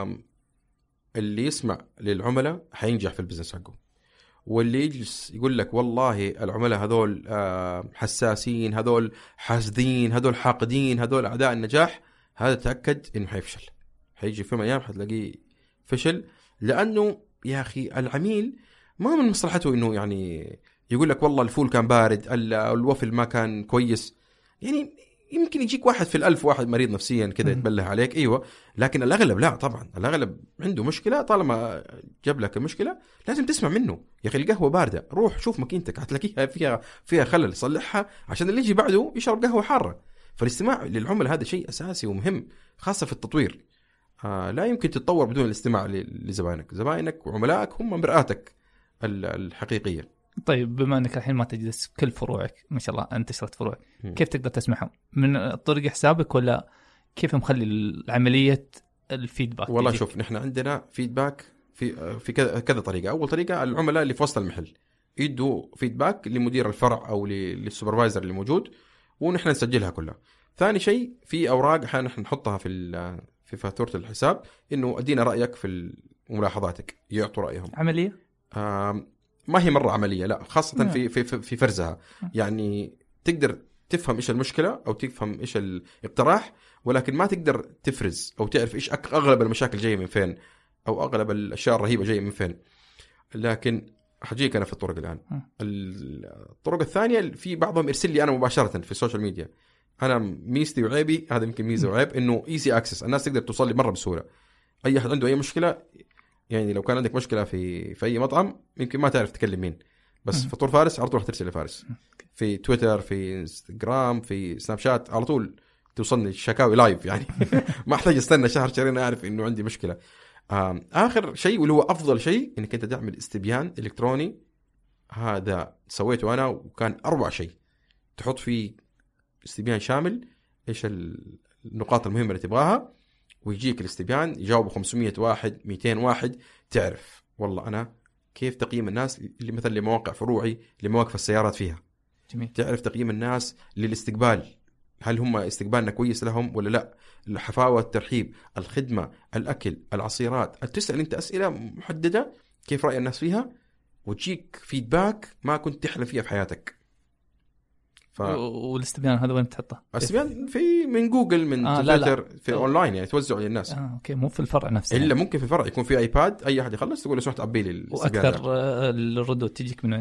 اللي يسمع للعملاء حينجح في البزنس حقه، واللي يجلس يقول لك والله العملاء هذول حساسين، هذول حاسدين، هذول حاقدين، هذول أعداء النجاح، هذا تأكد إنه حيفشل. حيجي في أيام حتلاقيه فشل، لأنه يا أخي العميل ما من مصلحته إنه يعني يقول لك والله الفول كان بارد، الوفل ما كان كويس. يعني يمكن يجيك واحد في الألف واحد مريض نفسيا كده يتبله عليك، أيوة، لكن الأغلب لا طبعا، الأغلب عنده مشكلة. طالما جاب لك المشكلة لازم تسمع منه. يا أخي القهوة باردة، روح شوف ماكينتك هتلاقيها فيها فيها خلل، صلحها عشان اللي يجي بعده يشرب قهوة حارة. فالاستماع للعملاء هذا شيء أساسي ومهم، خاصة في التطوير. آه لا يمكن تتطور بدون الاستماع لزبائنك. زبائنك وعملائك هم مرآتك الحقيقية. طيب بما انك الحين ما تجلس كل فروعك ما شاء الله انتشرت فروع، كيف تقدر تسمعهم؟ من طريق حسابك ولا كيف مخلي عملية الفيدباك؟ والله شوف نحن عندنا فيدباك في في كذا كذا طريقة. أول طريقة العملاء اللي في وسط المحل يدوا فيدباك لمدير الفرع أو للسوبرفايزر اللي موجود ونحن نسجلها كلها. ثاني شيء في أوراق احنا نحن نحطها في في فاتورة الحساب إنه أدينا رأيك في ملاحظاتك، يعطوا رأيهم. عملية؟ آه ما هي مرة عملية، لا، خاصة في في في فرزها. يعني تقدر تفهم إيش المشكلة أو تفهم إيش الاقتراح، ولكن ما تقدر تفرز أو تعرف إيش أغلب المشاكل جاية من فين أو أغلب الأشياء الرهيبة جاية من فين. لكن حجيك أنا في الطرق الآن. الطرق الثانية في بعضهم يرسل لي أنا مباشرة في السوشيال ميديا. أنا ميزتي وعيبي، هذا يمكن ميزة وعيب، إنه إيزي أكسس، الناس تقدر توصل لي مرة بسهولة. أي أحد عنده أي مشكلة، يعني لو كان عندك مشكلة في في أي مطعم يمكن ما تعرف تكلم مين، بس فطور فارس على طول ترسل لفارس. في تويتر، في انستغرام، في سناب شات، على طول توصلني شكاوي لايف يعني. ما أحتاج استنى شهر شهرين أعرف إنه عندي مشكلة. آخر شيء واللي هو أفضل شيء إنك أنت تعمل استبيان إلكتروني. هذا سويته أنا وكان أروع شيء. تحط فيه استبيان شامل إيش النقاط المهمة اللي تبغاها، ويجيك الاستبيان يجاوب خمسمية واحد مئتين واحد. تعرف والله أنا كيف تقييم الناس اللي مثل لمواقع فروعي لمواقف السيارات فيها. جميل. تعرف تقييم الناس للاستقبال، هل هم استقبالنا كويس لهم ولا لا، الحفاوة، الترحيب، الخدمة، الأكل، العصيرات. تسأل أنت أسئلة محددة كيف رأي الناس فيها، وتجيك فيدباك ما كنت تحلم فيها في حياتك. ف... والاستبيان هذا وين تحطه؟ الاستبيان في من جوجل، من آه تويتر، في أو... اونلاين، يعني توزعه للناس. اه اوكي، مو في الفرع نفسه الا يعني. ممكن في الفرع يكون في ايباد، اي احد يخلص تقول له سمحت عبي لي الاستبيان. واكثر الردود تجيك من وين؟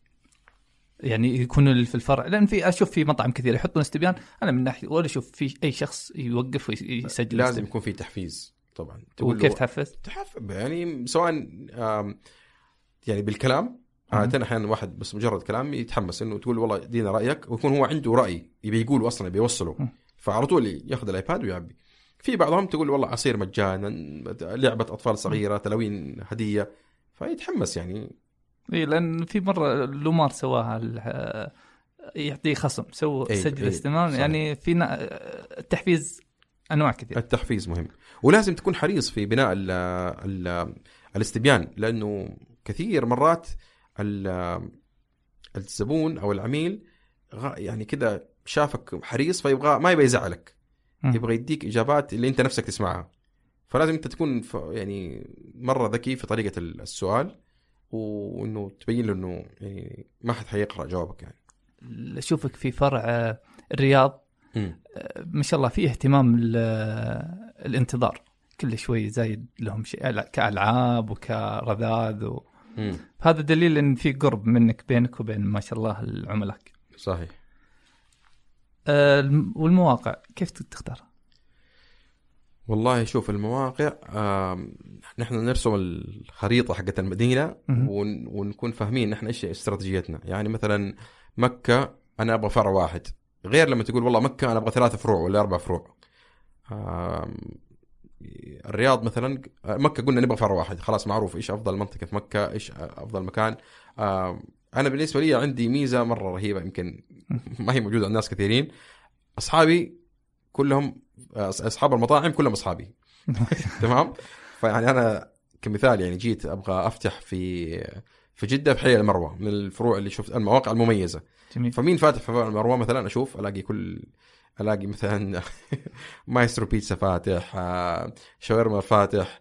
يعني يكونوا في الفرع، لان في اشوف في مطعم كثير يحطون استبيان، انا من ناحيه ولا اشوف في اي شخص يوقف ويسجل. لازم الاستبيان. يكون في تحفيز طبعا. تقول كيف تحفز؟ تحفز يعني سواء يعني بالكلام. عادة أحيانا واحد بس مجرد كلام يتحمس إنه تقول والله دينا رأيك، ويكون هو عنده رأي يبي يقول أصلا يبي يوصله، فعلى طول ياخذ الآيباد ويعبي. في بعضهم تقول والله عصير مجانا، لعبة أطفال صغيرة، تلوين هدية. فيتحمس يعني. اي لان في مره لومار سواها يعطي خصم سووا أي سجل أي استمرار صحيح. يعني في التحفيز انواع كثير. التحفيز مهم، ولازم تكون حريص في بناء ال ال الاستبيان، لانه كثير مرات الزبون او العميل يعني كذا شافك حريص فيبغى ما يبغى يزعلك، يبغى يديك اجابات اللي انت نفسك تسمعها. فلازم انت تكون يعني مره ذكي في طريقه السؤال، وانه تبين له انه يعني ما حد حيقرا جوابك يعني. اشوفك في فرع الرياض م. ما شاء الله في اهتمام الانتظار كل شوي زايد لهم شيء كألعاب وكرذاذ و... هذا دليل ان في قرب منك بينك وبين ما شاء الله العملاء. صحيح. أه والمواقع كيف تختار؟ والله شوف المواقع آه، نحن نرسم الخريطة حقت المدينة ون... ونكون فاهمين نحن إيش استراتيجيتنا. يعني مثلا مكة أنا أبغى فرع واحد، غير لما تقول والله مكة أنا أبغى ثلاثة فروع ولا أربع فروع. آه، الرياض مثلا مكة قلنا نبغى فرع واحد، خلاص معروف إيش أفضل منطقة في مكة، إيش أفضل مكان. آه، أنا بالنسبة لي عندي ميزة مرة رهيبة يمكن ما هي موجودة عند ناس كثيرين. أصحابي كلهم أصحاب المطاعم كلهم أصحابي تمام. فيعني أنا كمثال يعني جيت أبغى أفتح في في جدة في حي المروة من الفروع اللي شفت المواقع المميزة. جميل. فمين فاتح في المروة مثلا أشوف ألاقي كل ألاقي مثلا مايسترو بيتزا فاتح، شاورما فاتح،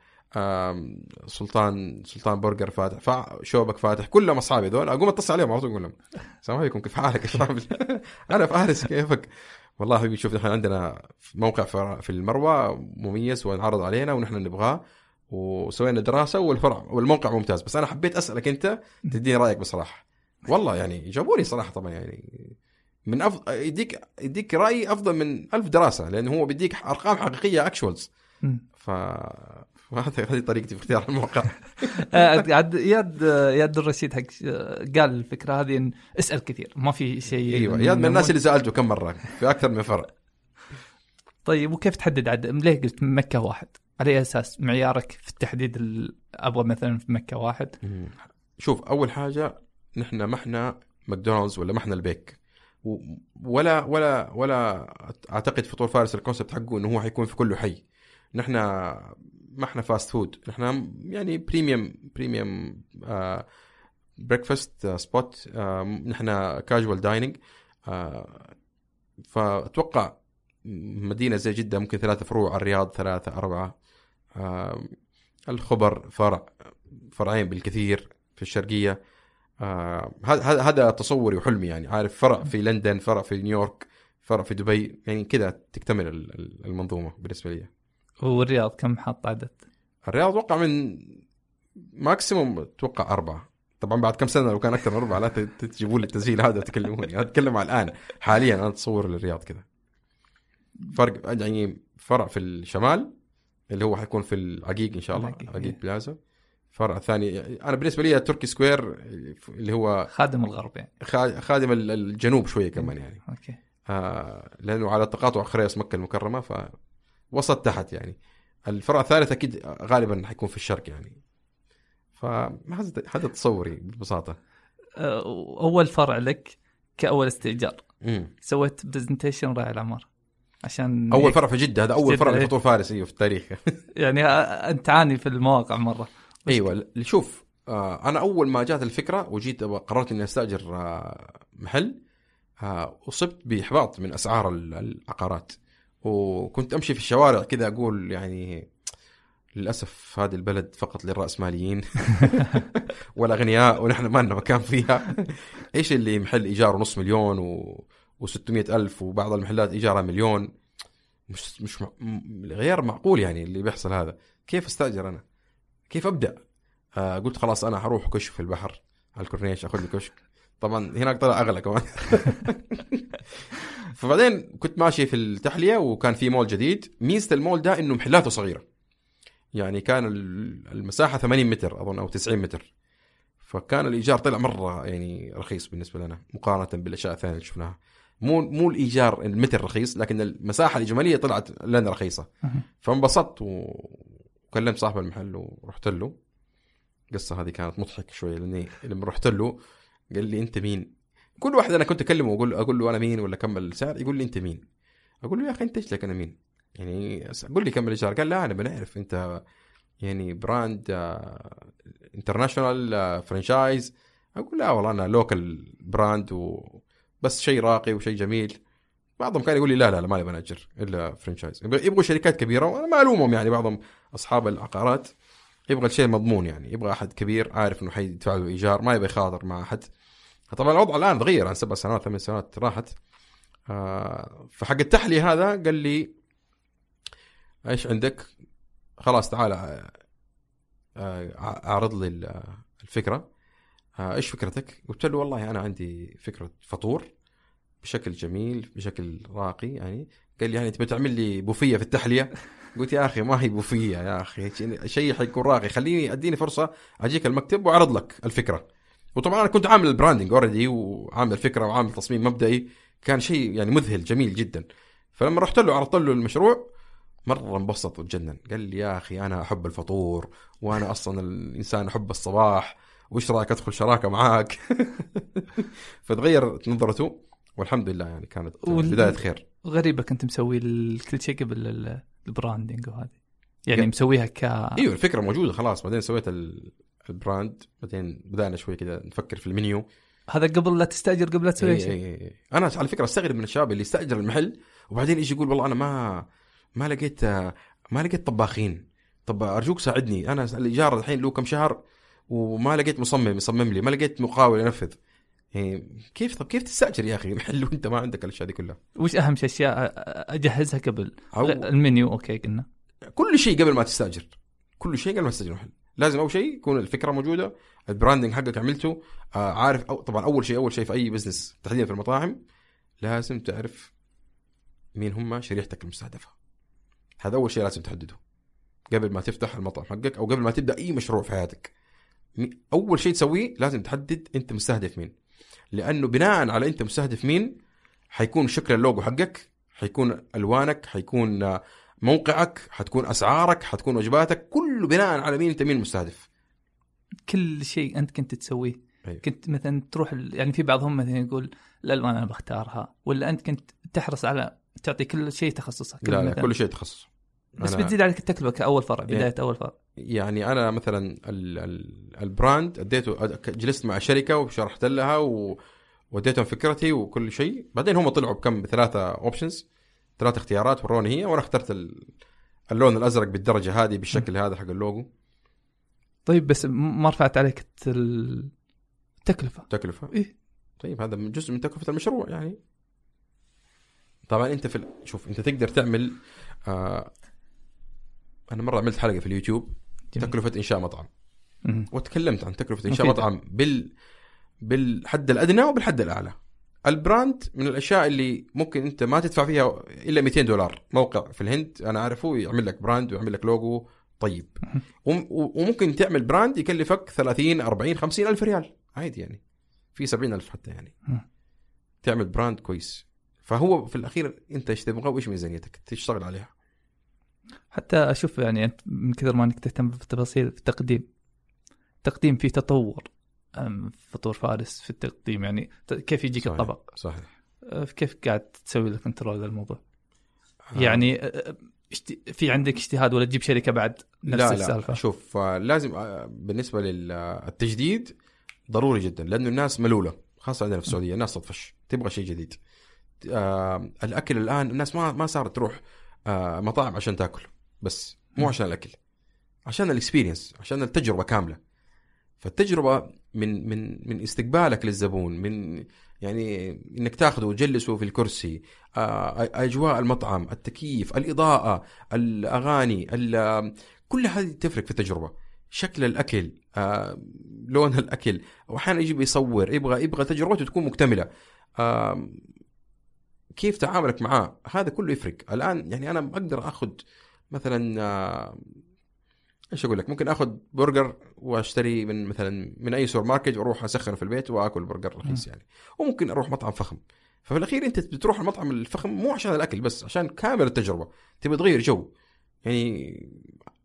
سلطان سلطان برجر فاتح، شوبك فاتح، كلهم أصحابي ذول. أقوم أتصل عليهم أقول لهم السلام عليكم كيف حالك يا شباب أنا فارس كيفك والله حبيبي شوف نحن عندنا موقع في المروة مميز ونعرض علينا ونحن نبغاه وسوينا دراسة والفرع والموقع ممتاز، بس أنا حبيت أسألك أنت تديني رأيك بصراحة. والله يعني جابوني صراحة طبعا يعني من أفضل يديك يديك رأي أفضل من ألف دراسة، لأنه هو بيديك أرقام حقيقية أكشوالز. ف هذه طريقتي في اختيار الموقع. عاد ياد ياد الرشيد حق قال الفكرة هذه إن اسأل كثير ما في شيء. أيوة ياد من الناس اللي سألته كم مرة في أكثر من فرع. طيب وكيف تحدد عدد؟ ليه قلت مكة واحد؟ على أي أساس معيارك في التحديد؟ أبغى مثلا في مكة واحد. شوف أول حاجة نحن ما إحنا ماكدونالدز ولا ما إحنا البيك ولا ولا ولا أعتقد فطور فارس الكونسبت حقه إنه هو حيكون في كل حي. نحن ما احنا فاست فود، نحن يعني بريميوم بريميوم آه بريكفاست آه سبوت، آه نحن كاجوال دايننج. آه فأتوقع مدينة زي جدة ممكن ثلاثة فروع، الرياض ثلاثة أربعة، آه الخبر فرع فرعين بالكثير في الشرقية. هذا آه هذا تصوري وحلمي يعني، عارف فرع في لندن، فرع في نيويورك، فرع في دبي، يعني كذا تكتمل المنظومة بالنسبة لي. والرياض كم حط عدد؟ الرياض وقع من ماكسيموم توقع أربعة. طبعا بعد كم سنة لو كان أكثر من أربعة لا تجيبوا لي التسجيل هذا وتكلموني. أتكلم على الآن حاليا أنا أتصور للرياض كذا. فرق يعني فرع في الشمال اللي هو حيكون في العقيق إن شاء الله، عقيق بلازا. فرع ثاني أنا بالنسبة لي تركي سكوير اللي هو خادم الغرب يعني، خادم الجنوب شوية كمان يعني. أوكي. آه لأنه على تقاطع خريص مكة المكرمة ف وسط تحت يعني. الفرع الثالث أكيد غالبا حيكون في الشرق يعني. فهذا هذا تصوري ببساطة. أول فرع لك كأول استئجار مم. سويت برزنتيشن رائع العمار عشان أول فرع في جدة، هذا أول فرع لفطور فارس أيوه في التاريخ. يعني أنت عاني في المواقع مرة. أيوة شوف آه أنا أول ما جات الفكرة وجيت قررت إني أستأجر آه محل آه أصبت بإحباط من أسعار العقارات، وكنت أمشي في الشوارع كذا أقول يعني للأسف هذه البلد فقط للرأسماليين والأغنياء ونحن ما لنا مكان فيها. إيش اللي محل إيجاره نص مليون و... وستمائة ألف وبعض المحلات إيجارها مليون، مش مش م... غير معقول يعني اللي بيحصل هذا. كيف أستأجر أنا؟ كيف أبدأ؟ آه قلت خلاص أنا هروح كشك في البحر على الكورنيش أخذ لي كشك. طبعا هناك طلع أغلى كمان. فبعدين كنت ماشي في التحلية وكان في مول جديد. ميزة المول ده إنه محلاته صغيرة يعني، كان المساحة ثمانين متر أظن أو تسعين متر، فكان الإيجار طلع مرة يعني رخيص بالنسبة لنا مقارنة بالأشياء الثانية اللي شفناها. مو مو الإيجار المتر رخيص، لكن المساحة الإجمالية طلعت لنا رخيصة. فانبسطت وكلمت صاحب المحل ورحت له القصة هذه كانت مضحك شوية، لأني لما رحت له قال لي أنت مين؟ كل واحد أنا كنت أكلمه وأقول أقول له أنا مين ولا كمل السعر، يقول لي أنت مين؟ أقول له يا أخي أنت إيش لك أنا مين؟ يعني أقول لي كمل الإشارة. قال لا أنا بنعرف أنت يعني براند انترناشونال فرانشايز. أقول لا والله أنا لوكال براند وبس شيء راقي وشيء جميل. بعضهم كان يقول لي لا لا لا ما نبغى نأجر إلا فرانشايز، يبغوا شركات كبيرة، وأنا ما ألومهم يعني بعضهم أصحاب العقارات يبغى الشيء مضمون، يعني يبغى أحد كبير عارف إنه حيدفع له إيجار، ما يبغى يخاطر مع أحد. طبعا الوضع الآن تغير عن سبع سنوات ثمان سنوات راحت. آه فحق التحلية هذا قال لي إيش عندك؟ خلاص تعال أعرض لي الفكرة. آه إيش فكرتك؟ قلت له والله أنا عندي فكرة فطور بشكل جميل بشكل راقي يعني. قال لي يعني تبي تعمل لي بوفية في التحلية؟ قلت يا أخي ما هي بوفية يا أخي، شيء حيكون راقي، خليني أديني فرصة أجيك المكتب وأعرض لك الفكرة. وطبعا أنا كنت عامل البراندنج أوردي وعامل الفكرة وعامل تصميم مبدئي، كان شيء يعني مذهل جميل جدا. فلما رحت له عرضت له المشروع مرة انبسط وتجنن. قال لي يا أخي أنا أحب الفطور وأنا أصلا الإنسان أحب الصباح، وإيش رأيك أدخل شراكة معاك؟ فتغير نظرته والحمد لله يعني كانت وال... بداية خير. غريبة كنت مسوي كل شيء قبل البراندنج وهذه يعني ج... مسويها ك ايوه الفكرة موجودة خلاص، بعدين سويت البراند، بعدين بدأنا شوي كذا نفكر في المنيو. هذا قبل لا تستأجر قبل لا تسوي شيء. اي اي انا على فكرة استغرب من الشباب اللي استأجر المحل وبعدين يجي يقول والله انا ما ما لقيت ما لقيت طباخين. طب ارجوك ساعدني، انا الايجار الحين له كم شهر وما لقيت مصمم يصمم لي، ما لقيت مقاول ينفذ. كيف طب كيف تستأجر يا أخي محل وأنت ما عندك الأشياء دي كلها؟ وش أهم أشياء أجهزها قبل أو... المنيو؟ أوكي قلنا كل شيء قبل ما تستأجر، كل شيء قبل ما تستأجر محل لازم أول شيء يكون الفكرة موجودة، البراندنج حقك عملته، آه عارف أو طبعا أول شيء أول شيء في أي بزنس تحديدا في المطاعم لازم تعرف مين هم شريحتك المستهدفة. هذا أول شيء لازم تحدده قبل ما تفتح المطعم حقك أو قبل ما تبدأ أي مشروع في حياتك. أول شيء تسويه لازم تحدد أنت مستهدف مين، لأنه بناء على أنت مستهدف مين حيكون شكل اللوجو حقك، حيكون ألوانك، حيكون موقعك، حتكون أسعارك، حتكون وجباتك، كله بناء على مين أنت مين مستهدف. كل شيء أنت كنت تسويه. أيوه. كنت مثلا تروح يعني في بعضهم مثلا يقول الألوان أنا بختارها، ولا أنت كنت تحرص على تعطي كل شيء تخصصك؟ لا, لا كل شيء تخصص، بس بتزيد عليك التكلفة كأول فرع بداية يعني أول فرع. يعني أنا مثلا ال ال البراند أديته، جلست مع شركة وشرحت لها ووديتهم فكرتي وكل شيء، بعدين هم طلعوا بكم بثلاثة أوبشنز، ثلاثة اختيارات وروني هي، وأنا اخترت اللون الأزرق بالدرجة هذه بالشكل هذا حق اللوجو. طيب بس ما رفعت عليك التكلفة؟ تكلفة إيه؟ طيب هذا من جزء من تكلفة المشروع يعني. طبعا أنت في شوف أنت تقدر تعمل آه أنا مرة عملت حلقة في اليوتيوب جميل. تكلفة إنشاء مطعم م- وتكلمت عن تكلفة إنشاء مفيدة. مطعم بال بالحد الأدنى وبالحد الأعلى. البراند من الأشياء اللي ممكن أنت ما تدفع فيها إلا مئتين دولار. موقع في الهند أنا أعرفه يعمل لك براند ويعمل لك لوجو طيب، وممكن تعمل براند يكلفك ثلاثين أربعين خمسين ألف ريال عادي يعني، في سبعين ألف حتى يعني م- تعمل براند كويس. فهو في الأخير أنت إيش تبغى وإيش ميزانيتك تشتغل عليها. حتى أشوف يعني أنت من كثر ما أنك تهتم بالتفاصيل في التقديم، تقديم فيه تطور. فطور فارس في التقديم يعني كيف يجيك صحيح. الطبق صحيح. كيف قاعد تسوي لك كنترول للموضوع؟ آه. يعني في عندك اجتهاد ولا تجيب شركة بعد نفس لا السالفة؟ لا شوف لازم بالنسبة للتجديد ضروري جدا، لأنه الناس ملولة خاصة عندنا في السعودية، الناس تطفش تبغى شيء جديد. آه الأكل الآن الناس ما ما صارت تروح آه مطاعم عشان تاكل بس، مو عشان الأكل، عشان الإكسبيرينس، عشان التجربة كاملة. فالتجربة من من من استقبالك للزبون، من يعني إنك تأخذه وتجلسه في الكرسي، آه أجواء المطعم، التكييف، الإضاءة، الأغاني، كل هذه تفرق في التجربة. شكل الأكل، آه لون الأكل، وأحيانا يجي بيصور، يبغى يبغى تجربته تكون مكتملة. آه كيف تعاملك معاه هذا كله يفرق. الآن يعني أنا أقدر أخذ مثلا آه إيش أقول لك، ممكن أخذ برجر وأشتري من مثلا من أي سوبر ماركت وأروح أسخنه في البيت وأكل برجر رخيص يعني، وممكن أروح مطعم فخم. ففي الأخير أنت بتروح المطعم الفخم مو عشان الأكل بس، عشان كامل التجربة، تبي تغير جو يعني.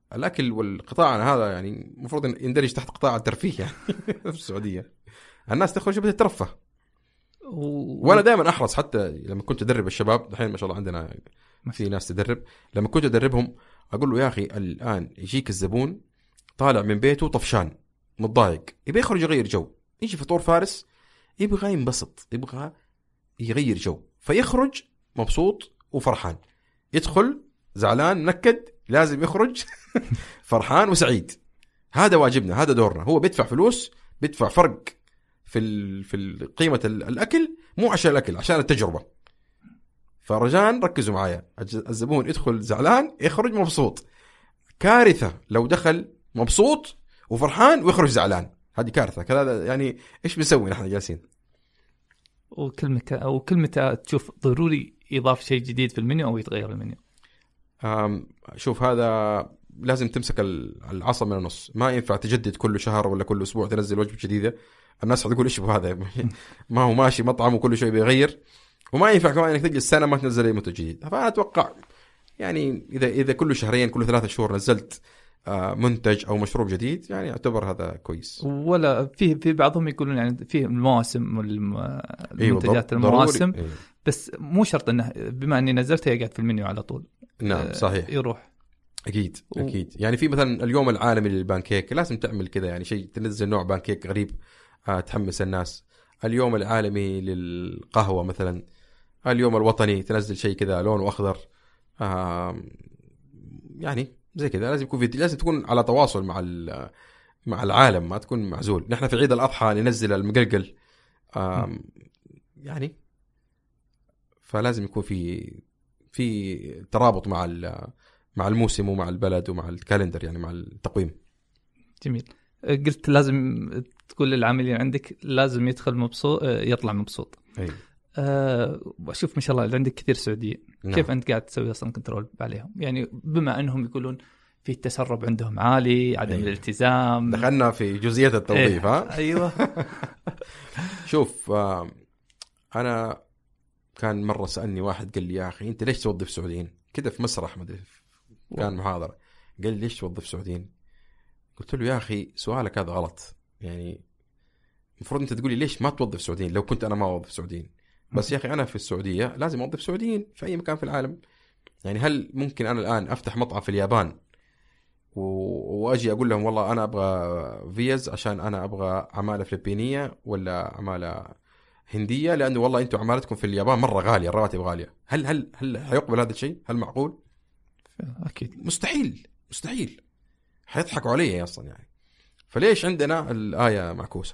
الاكل والقطاع هذا يعني المفروض يندرج تحت قطاع الترفيه يعني في السعوديه. الناس تخرج بتترفه و... وانا دائما احرص حتى لما كنت ادرب الشباب. الحين ما شاء الله عندنا في ناس تدرب، لما كنت ادربهم اقول له يا اخي الان يجيك الزبون طالع من بيته طفشان متضايق يبي يخرج يغير جو، يجي فطور فارس يبغى ينبسط يبغى يغير جو، فيخرج مبسوط وفرحان، يدخل زعلان منكد لازم يخرج فرحان وسعيد. هذا واجبنا، هذا دورنا. هو بيدفع فلوس، بيدفع فرق في ال... في قيمة الأكل، مو عشان الأكل عشان التجربة. فرجاء ركزوا معايا، الزبون يدخل زعلان يخرج مبسوط. كارثة لو دخل مبسوط وفرحان ويخرج زعلان، هذه كارثة. كذا يعني إيش بنسوي نحن جالسين؟ وكلمة أو كلمة تشوف ضروري إضافة شيء جديد في المنيو أو يتغير المنيو. شوف هذا لازم تمسك العصا من النص، ما ينفع تجدد كل شهر ولا كل أسبوع تنزل وجبة جديدة. الناس هتقول إيش بهذا ما هو ماشي مطعم وكل شيء بيغير. وما ينفع كمان إنك تجلس سنة ما تنزل أي منتج جديد. فأنا أتوقع يعني إذا إذا كل شهرين كل ثلاثة شهور نزلت منتج أو مشروب جديد يعني يعتبر هذا كويس. ولا في في بعضهم يقولون يعني في المواسم والمنتجات أيوة المواسم أيوة. بس مو شرط إنه بما إني نزلتها يقعد في المنيو على طول. نعم صحيح يروح أكيد أكيد. يعني في مثلا اليوم العالمي للبانكيك لازم تعمل كذا، يعني شيء تنزل نوع بانكيك غريب آه تحمس الناس. اليوم العالمي للقهوة مثلا، اليوم الوطني تنزل شيء كذا لونه أخضر آه يعني زي كذا. لازم يكون في، لازم تكون على تواصل مع مع العالم، ما تكون معزول. نحن في عيد الأضحى ننزل المقلقل آه يعني، فلازم يكون في في ترابط مع مع الموسم ومع البلد ومع الكالندر يعني مع التقويم. جميل. قلت لازم تقول للعاملين عندك لازم يدخل مبسوط يطلع مبسوط. أيوة. أه وأشوف ما شاء الله عندك كثير سعوديين. نعم. كيف أنت قاعد تسوي أصلا كنترول عليهم؟ يعني بما أنهم يقولون في التسرب عندهم عالي، عدم أيوة. الالتزام. دخلنا في جزئية التوظيف. إيه. ها أيوة. شوف آه أنا كان مرة سألني واحد قال لي يا أخي أنت ليش توظف سعوديين كده في مسرح مدري كان محاضرة، قال لي ليش توظف سعوديين؟ قلت له يا أخي سؤالك هذا غلط، يعني المفروض أنت تقولي ليش ما توظف سعوديين لو كنت أنا ما أوظف سعوديين. بس يا أخي أنا في السعودية لازم أوظف سعوديين في أي مكان في العالم. يعني هل ممكن أنا الآن أفتح مطعم في اليابان و... وأجي أقول لهم والله أنا أبغى فيز عشان أنا أبغى عمالة فلبينية ولا عمالة هندية لأنه والله أنتوا عمالتكم في اليابان مرة غالية، الرواتب غالية؟ هل هل هل حيقبل هذا الشيء؟ هل معقول؟ أكيد مستحيل مستحيل، حيضحكوا علي أصلا يعني. فليش عندنا الآية معكوسة؟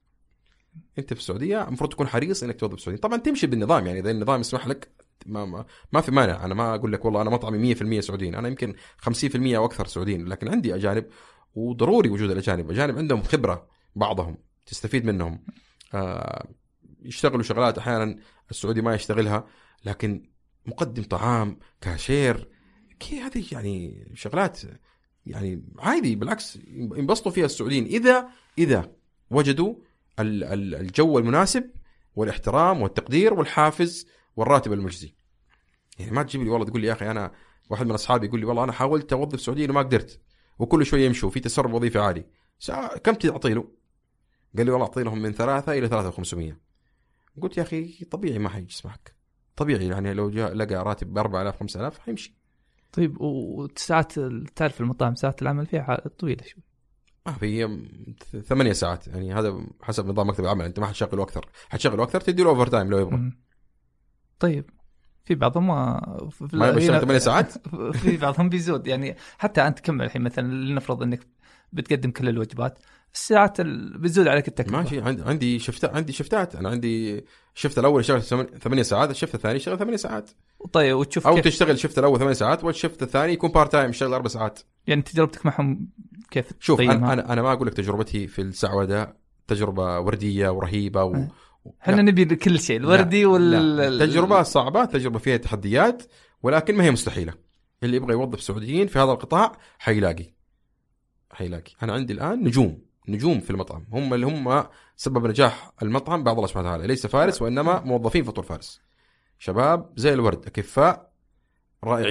أنت في السعودية المفروض تكون حريص إنك توظف سعودي. طبعا تمشي بالنظام، يعني إذا النظام يسمح لك ما ما, ما في مانع. أنا ما أقول لك والله أنا مطعمي مية في المية سعوديين، أنا يمكن خمسين في المية أو أكثر سعوديين، لكن عندي أجانب وضروري وجود الأجانب. أجانب عندهم خبرة بعضهم تستفيد منهم، آه يشتغلوا شغلات أحيانا السعودي ما يشتغلها، لكن مقدم طعام كاشير كي هذه يعني شغلات يعني عادي بالعكس ينبسطوا فيها السعوديين إذا إذا وجدوا الجو المناسب والاحترام والتقدير والحافز والراتب المجزي. يعني ما تجيب لي والله تقول لي يا أخي أنا واحد من أصحابي يقول لي والله أنا حاولت أوظف سعوديين وما قدرت وكل شوية يمشوا في تسرب وظيفي عالي. كم تعطي له؟ قال لي والله أعطي لهم من ثلاثة إلى ثلاثة وخمسمية. قلت يا أخي طبيعي ما حيجسمك، طبيعي يعني لو جاء لقى راتب بأربعة آلاف خمسة آلاف حيمشي. طيب وساعات تعرف المطاعم ساعات العمل فيها طويلة شوي. آه هي ثمانية ساعات، يعني هذا حسب نظام مكتب العمل. أنت ما حتشغله أكثر، حتشغله أكثر تدي له أوفر تايم لو يبغى. طيب في بعضهم ما ما يشتغل ثمانية ساعات، في بعضهم بيزود. يعني حتى أنت كمل الحين مثلا لنفرض إنك بتقدم كل الوجبات، الساعات بتزود عليك التكلفة. ماشي عندي عندي شفتات عندي شفتات أنا عندي شفت الأول شغل ثمانية ساعات، الشفت الثاني شغل ثمانية ساعات. طيب وتشوف أو كيف تشتغل شفت الأول ثمانية ساعات والشفت الثاني يكون بارت تايم شغل أربع ساعات. يعني تجربتك معهم كيف؟ شوف أنا, أنا أنا ما أقول لك تجربتي في السعودة تجربة وردية ورهيبة و... احنا نبي كل شيء الوردي وال تجربة صعبة، تجربة فيها تحديات، ولكن ما هي مستحيلة. اللي يبغى يوظف سعوديين في هذا القطاع حيلاقي حيلاقي. أنا عندي الآن نجوم نجوم في المطعم، هم اللي هم سبب نجاح المطعم بعد الله سبحانه وتعالى، ليس فارس وإنما موظفين فطور فارس، شباب زي الورد أكفاء رائعين.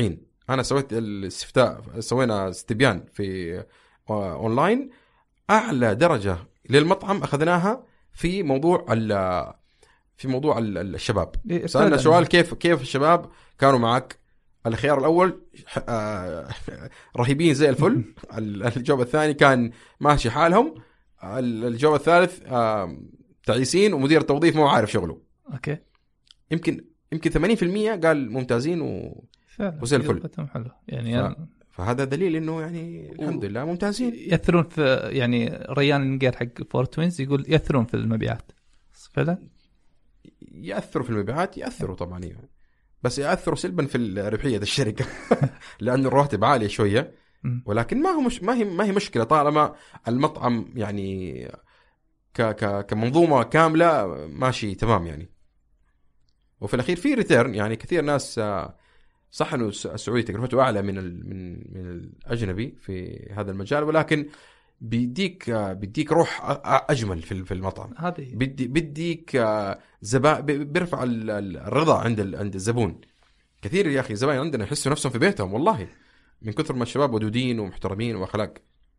انا سويت الاستفتاء، سوينا استبيان في اونلاين، اعلى درجه للمطعم اخذناها في موضوع في موضوع الشباب. سالنا سؤال كيف كيف الشباب كانوا معك؟ الخيار الاول رهيبين زي الفل، الجواب الثاني كان ماشي حالهم، الجواب الثالث تعيسين ومدير التوظيف ما عارف شغله. اوكي، يمكن يمكن ثمانين بالمئة قال ممتازين و وزي الفل حلو يعني. ف... فهذا دليل انه يعني الحمد لله ممتازين. ياثرون في يعني ريان النقير حق فور توينز يقول ياثرون في المبيعات فعلا. ياثروا في المبيعات، ياثروا طبعا يعني. بس ياثروا سلبا في ربحيه الشركه لانه الرواتب عاليه شويه، ولكن ما هو مش ما هي ما هي مشكله طالما المطعم يعني ك ك كمنظومه كامله ماشي تمام يعني. وفي الاخير في ريتيرن يعني. كثير ناس صح انه السعودي تكلفته اعلى من من من الاجنبي في هذا المجال، ولكن بيديك بيديك روح اجمل في في المطعم. هذه بدي بديك زبا بيرفع الرضا عند عند الزبون. كثير يا اخي زباين عندنا يحسوا نفسهم في بيتهم والله، من كثر ما الشباب ودودين ومحترمين واخلاق.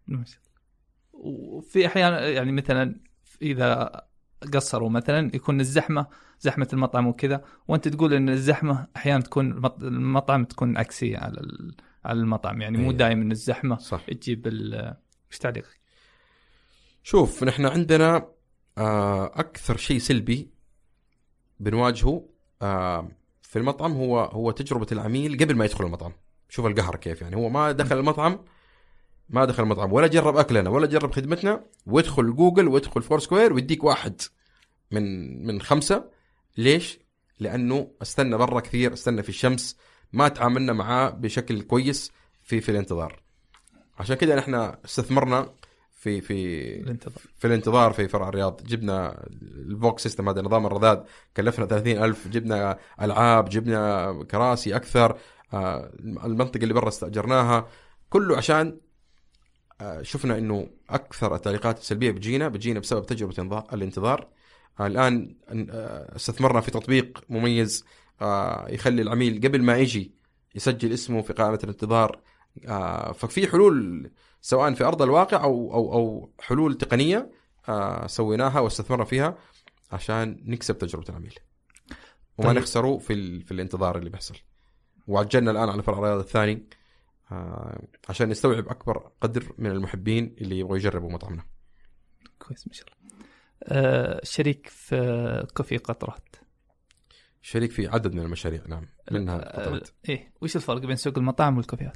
وفي احيان يعني مثلا اذا قصروا مثلا يكون الزحمه زحمه المطعم وكذا، وانت تقول ان الزحمه احيانا تكون المطعم تكون عكسيه على على المطعم يعني. مو دائما الزحمه صح. تجيب ال ايش تعليقك؟ شوف نحن عندنا اكثر شيء سلبي بنواجهه في المطعم هو هو تجربه العميل قبل ما يدخل المطعم. شوف القهر كيف يعني. هو ما دخل المطعم ما دخل المطعم ولا جرب اكلنا ولا جرب خدمتنا، ويدخل جوجل ويدخل فور سكوير ويديك واحد من من خمسة. ليش؟ لانه استنى برا كثير، استنى في الشمس، ما تعاملنا معاه بشكل كويس في في الانتظار. عشان كده نحن استثمرنا في في الانتظار. في الانتظار في فرع الرياض. جبنا الفوكس سيستم، هذا نظام الرذاذ، كلفنا ثلاثين ألف. جبنا ألعاب، جبنا كراسي أكثر، المنطقة اللي برا استأجرناها، كله عشان شفنا إنه أكثر التعليقات السلبية بتجينا بتجينا بسبب تجربة الانتظار. الآن استثمرنا في تطبيق مميز يخلي العميل قبل ما يجي يسجل اسمه في قائمة الانتظار. ففي حلول سواء في أرض الواقع أو أو أو حلول تقنية سويناها واستثمرنا فيها عشان نكسب تجربة العميل وما طيب. نخسره في في الانتظار اللي بيحصل. وعجلنا الآن على فرع الرياض الثاني عشان نستوعب أكبر قدر من المحبين اللي يبغوا يجربوا مطعمنا. كويس ما شاء الله. أه شريك في كوفي قطرات. شريك في عدد من المشاريع نعم منها قطرات. أه إيه وش الفرق بين سوق المطاعم والكوفيات؟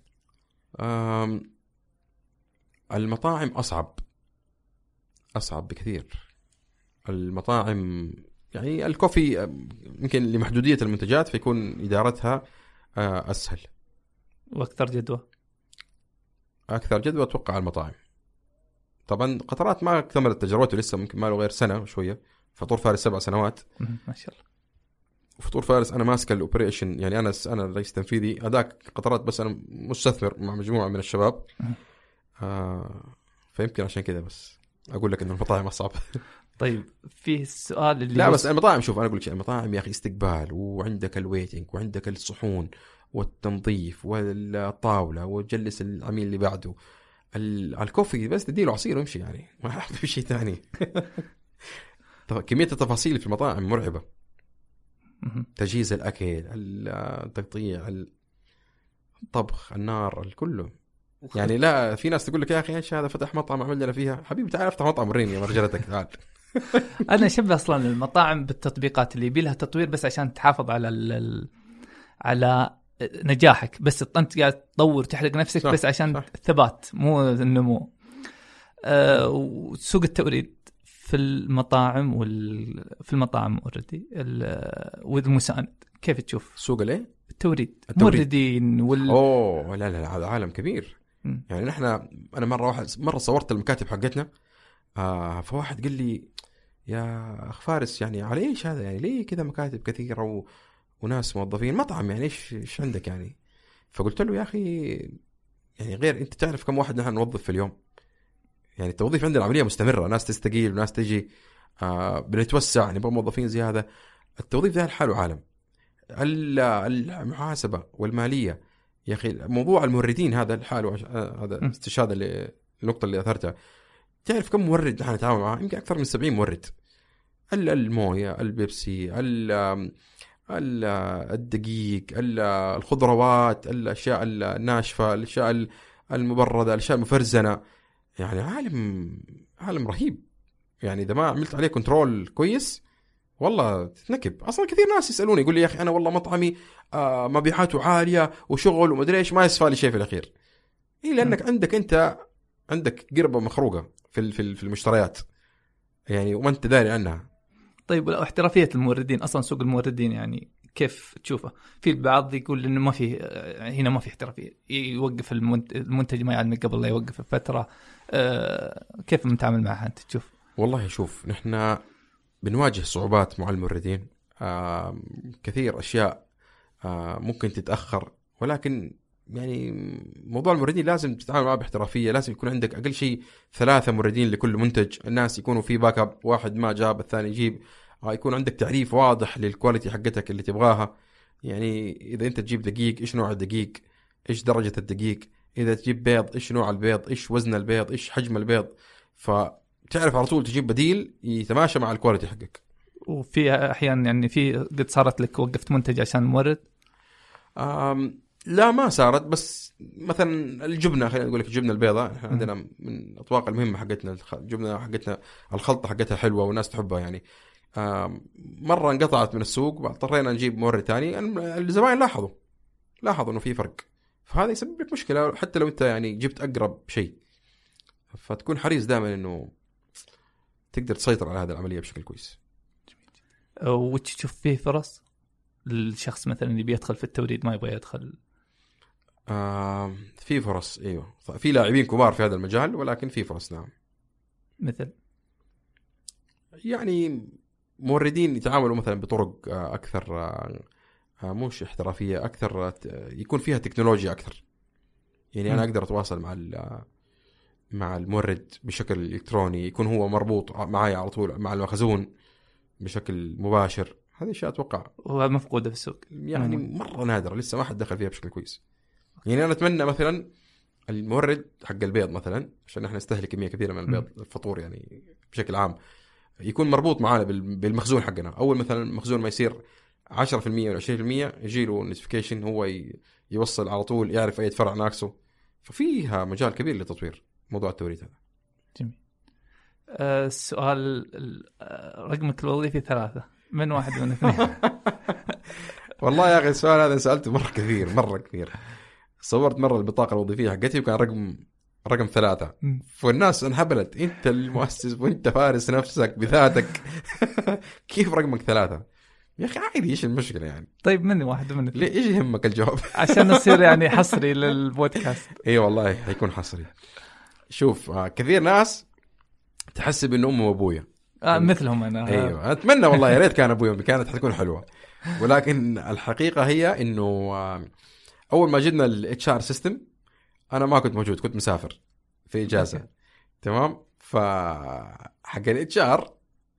المطاعم أصعب أصعب بكثير. المطاعم يعني الكوفي يمكن لمحدودية المنتجات فيكون إدارتها أسهل وأكثر جدوى. أكثر جدوى أتوقع المطاعم. طبعا قطرات ما اكتملت تجربته لسه، ممكن ما له غير سنة شوية. فطور فارس سبع سنوات ما شاء الله. وفطور فارس أنا ماسك الأوبريشن يعني أنا أنا رئيس تنفيذي. أداك قطرات بس أنا مستثمر مع مجموعة من الشباب. آه فيمكن عشان كده بس أقول لك إن المطاعم أصعب. طيب فيه السؤال اللي لا بس المطاعم شوف أنا أقول لك المطاعم يا أخي استقبال، وعندك الويتنج وعندك الصحون والتنظيف والطاولة وجلس العميل اللي بعده. الكوفي بس تديله عصير ويمشي يعني ما في شيء ثاني. كمية التفاصيل في المطاعم مرعبة. تجهيز الأكل، التقطيع، الطبخ، النار، الكله يعني. لا في ناس تقول لك يا أخي إيش هذا فتح مطعم عمل لنا فيها. حبيبي تعال افتح مطعم وريني يا مرجلتك تعال. أنا شبه أصلا المطاعم بالتطبيقات اللي يبيلها تطوير بس عشان تحافظ على ال على نجاحك، بس انت قاعد تطور تحرق نفسك صح بس عشان صح. الثبات مو النمو. أه وسوق التوريد في المطاعم وال في المطاعم اوريدي والمساند كيف تشوف سوق الايه التوريد, التوريد. موردين وال اوه لا لا هذا عالم كبير. م. يعني نحن انا مره واحد مره صورت المكاتب حقتنا آه فواحد قال لي يا اخ فارس يعني على ايش هذا يعني ليه كذا مكاتب كثيره و... وناس موظفين مطعم يعني ايش ايش عندك يعني. فقلت له يا اخي يعني غير انت تعرف كم واحد نحن نوظف في اليوم يعني. التوظيف عندنا عمليه مستمره، ناس تستقيل وناس تجي آه بنتوسع نبغى موظفين زياده. التوظيف ده الحال عالم. المحاسبه والماليه يا اخي موضوع الموردين هذا الحال هذا استشهاد اللي النقطه اللي اثرتها. تعرف كم مورد نحن نتعامل معه؟ يمكن اكثر من سبعين مورد. المويه، البيبسي، الدقيق، الخضروات، الاشياء الناشفه، الاشياء المبرده، الاشياء المفرزنه. يعني عالم عالم رهيب. يعني اذا ما عملت عليه كنترول كويس والله تتنكب. اصلا كثير ناس يسالوني يقول لي يا اخي انا والله مطعمي آه مبيعاته عاليه وشغل ومدري ايش، ما يسفى لي شيء في الاخير. اي لانك م. عندك انت عندك قربه مخروقه في في المشتريات يعني وما انت داري عنها. طيب ولو احترافيه الموردين، اصلا سوق الموردين يعني كيف تشوفه؟ في البعض يقول انه ما في هنا ما في احترافيه، يوقف المنتج ما يعلمك قبل لا يوقف الفتره. أه كيف نتعامل معها انت تشوف؟ والله شوف، نحن بنواجه صعوبات مع الموردين. آه كثير اشياء آه ممكن تتاخر، ولكن يعني موضوع الموردين لازم تتعامل معه باحترافيه. لازم يكون عندك اقل شيء ثلاثه موردين لكل منتج، الناس يكونوا في باك اب، واحد ما جاب الثاني يجيب. آه يكون عندك تعريف واضح للكواليتي حقتك اللي تبغاها. يعني اذا انت تجيب دقيق، ايش نوع الدقيق، ايش درجه الدقيق. اذا تجيب بيض، ايش نوع البيض، ايش وزن البيض، ايش حجم البيض. فتعرف على طول تجيب بديل يتماشى مع الكواليتي حقك. وفي احيان يعني في قد صارت لك وقفت منتج عشان مورد؟ لا ما صارت، بس مثلا الجبنه، خلينا نقول لك الجبنه البيضاء احنا عندنا من الاطباق المهمه حقتنا. الجبنه حقتنا الخلطه حقتها حلوه والناس تحبها. يعني مره انقطعت من السوق، اضطرينا نجيب مورد ثاني. الزبائن لاحظوا لاحظوا انه في فرق، فهذا يسبب لك مشكله حتى لو انت يعني جبت اقرب شيء. فتكون حريص دائما انه تقدر تسيطر على هذه العمليه بشكل كويس. وش تشوف فيه فرص الشخص مثلا اللي بيدخل في التوريد ما يبغى يدخل؟ آه في فرص، ايوه في لاعبين كبار في هذا المجال، ولكن في فرص. نعم. مثل يعني موردين يتعاملوا مثلا بطرق اكثر آه مش احترافيه، اكثر يكون فيها تكنولوجيا اكثر. يعني م. انا اقدر اتواصل مع مع المورد بشكل الكتروني، يكون هو مربوط معي على طول مع المخزون بشكل مباشر. هذه اشياء اتوقع ومفقوده في السوق، يعني مره نادره، لسه ما حد دخل فيها بشكل كويس. يعني انا اتمنى مثلا المورد حق البيض مثلا، عشان احنا نستهلك كميه كبيره من البيض الفطور يعني بشكل عام، يكون مربوط معنا بالمخزون حقنا. اول مثلا المخزون ما يصير عشرة بالمئة ولا عشرين بالمئة يجي له نوتيفيكيشن، هو يوصل على طول، يعرف اي فرع ناقصه. ففيها مجال كبير للتطوير موضوع التوريد هذا. جميل. أه السؤال رقمك الوظيفي ثلاثة، من واحد من اثنين؟ والله يا أخي السؤال هذا سألته مرة كثير مرة كثير. صورت مرة البطاقة الوظيفية حقتي وكان رقم رقم ثلاثة، فالناس انهبلت، أنت المؤسس وأنت فارس نفسك بذاتك كيف رقمك ثلاثة يا أخي؟ عادي، إيش المشكلة يعني؟ طيب مني واحد من اثنين، ليه إيش يهمك الجواب؟ عشان نصير يعني حصري للبودكاست. إيه والله هيكون حصري. شوف آه كثير ناس تحسب إنه أمي وأبويا آه مثلهم أنا. أيوة أتمنى والله يا ريت كان أبوي كانت حتكون حلوة، ولكن الحقيقة هي إنه أول ما جدنا ال إتش آر system أنا ما كنت موجود، كنت مسافر في إجازة. تمام. فحق ال إتش آر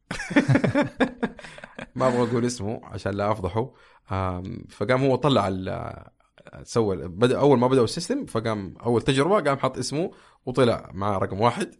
ما أبغى أقول اسمه عشان لا أفضحه، فقام هو طلع سوى بدأ أول ما بدأوا السيستم، فقام أول تجربة قام حط اسمه وطلع مع رقم واحد.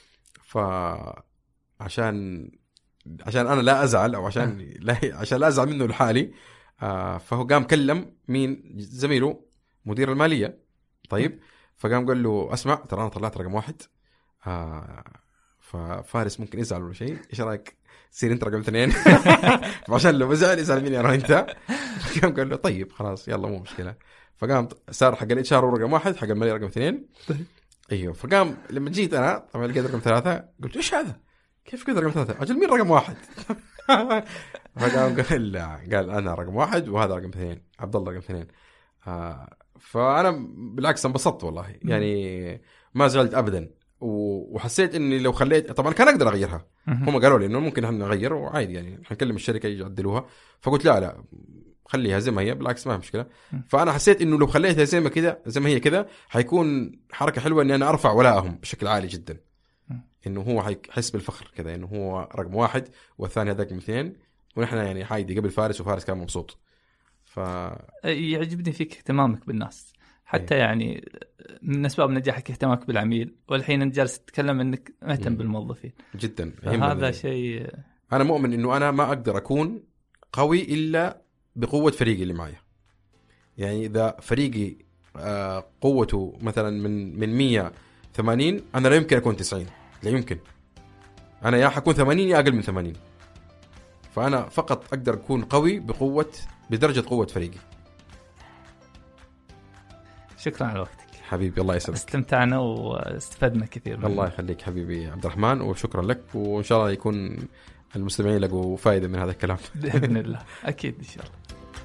فعشان عشان أنا لا أزعل أو عشان لا عشان لا أزعل منه لحالي، آه فهو قام كلم مين زميله مدير المالية. طيب فقام قال له أسمع ترى أنا طلعت رقم واحد، آه ففارس ممكن يزعل ولا شيء، إيش رأيك سير أنت رقم اثنين؟ فعشان لو بزعل يزعل مني أنا أنت. فقام قال له طيب خلاص يلا مو مشكلة. فقام صار حق الاتش ار رقم واحد، حق المالية رقم اثنين. ايوه. فقام لما جيت انا طبعا لقيت رقم ثلاثة، قلت ايش هذا كيف كذا رقم ثلاثة، اجل مين رقم واحد؟ فقام قال قال انا رقم واحد وهذا رقم اثنين، عبد الله رقم اثنين. آه فانا بالعكس انبسطت والله، يعني ما زعلت ابدا، وحسيت اني لو خليت طبعا كان اقدر اغيرها. هم قالوا لي انه ممكن احنا نغير وعادي يعني حنكلم الشركه يعدلوها، فقلت لا لا خليها زي ما هي بالعكس ما هي مشكله. فانا حسيت انه لو خليتها زي ما كذا زي ما هي كذا حيكون حركه حلوه اني انا ارفع ولاءهم بشكل عالي جدا، انه هو حيحس بالفخر كذا انه هو رقم واحد والثاني هذاك رقم اثنين، ونحن يعني حايدي قبل فارس وفارس كان مبسوط. ف يعجبني فيك اهتمامك بالناس، حتى يعني من أسباب نجاحك اهتمامك بالعميل، والحين أنت جالس تتكلم أنك مهتم بالموظفين جدا. هذا شيء أنا مؤمن إنه أنا ما أقدر أكون قوي إلا بقوة فريقي اللي معي. يعني إذا فريقي قوته مثلا من من مية وثمانين، أنا لا يمكن أكون تسعين، لا يمكن. أنا يا حكون ثمانين يا أقل من ثمانين. فأنا فقط أقدر أكون قوي بقوة بدرجة قوة فريقي. شكرا على وقتك حبيبي، الله يسعدك. استمتعنا واستفدنا كثير منه. الله يخليك حبيبي عبد الرحمن، وشكرا لك، وإن شاء الله يكون المستمعين لقوا فائدة من هذا الكلام. بإذن الله، أكيد إن شاء الله.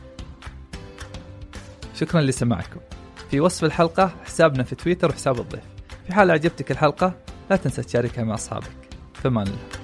شكرا لسماعكم. في وصف الحلقة حسابنا في تويتر وحساب الضيف. في حال أعجبتك الحلقة لا تنسى تشاركها مع أصحابك. فمان الله.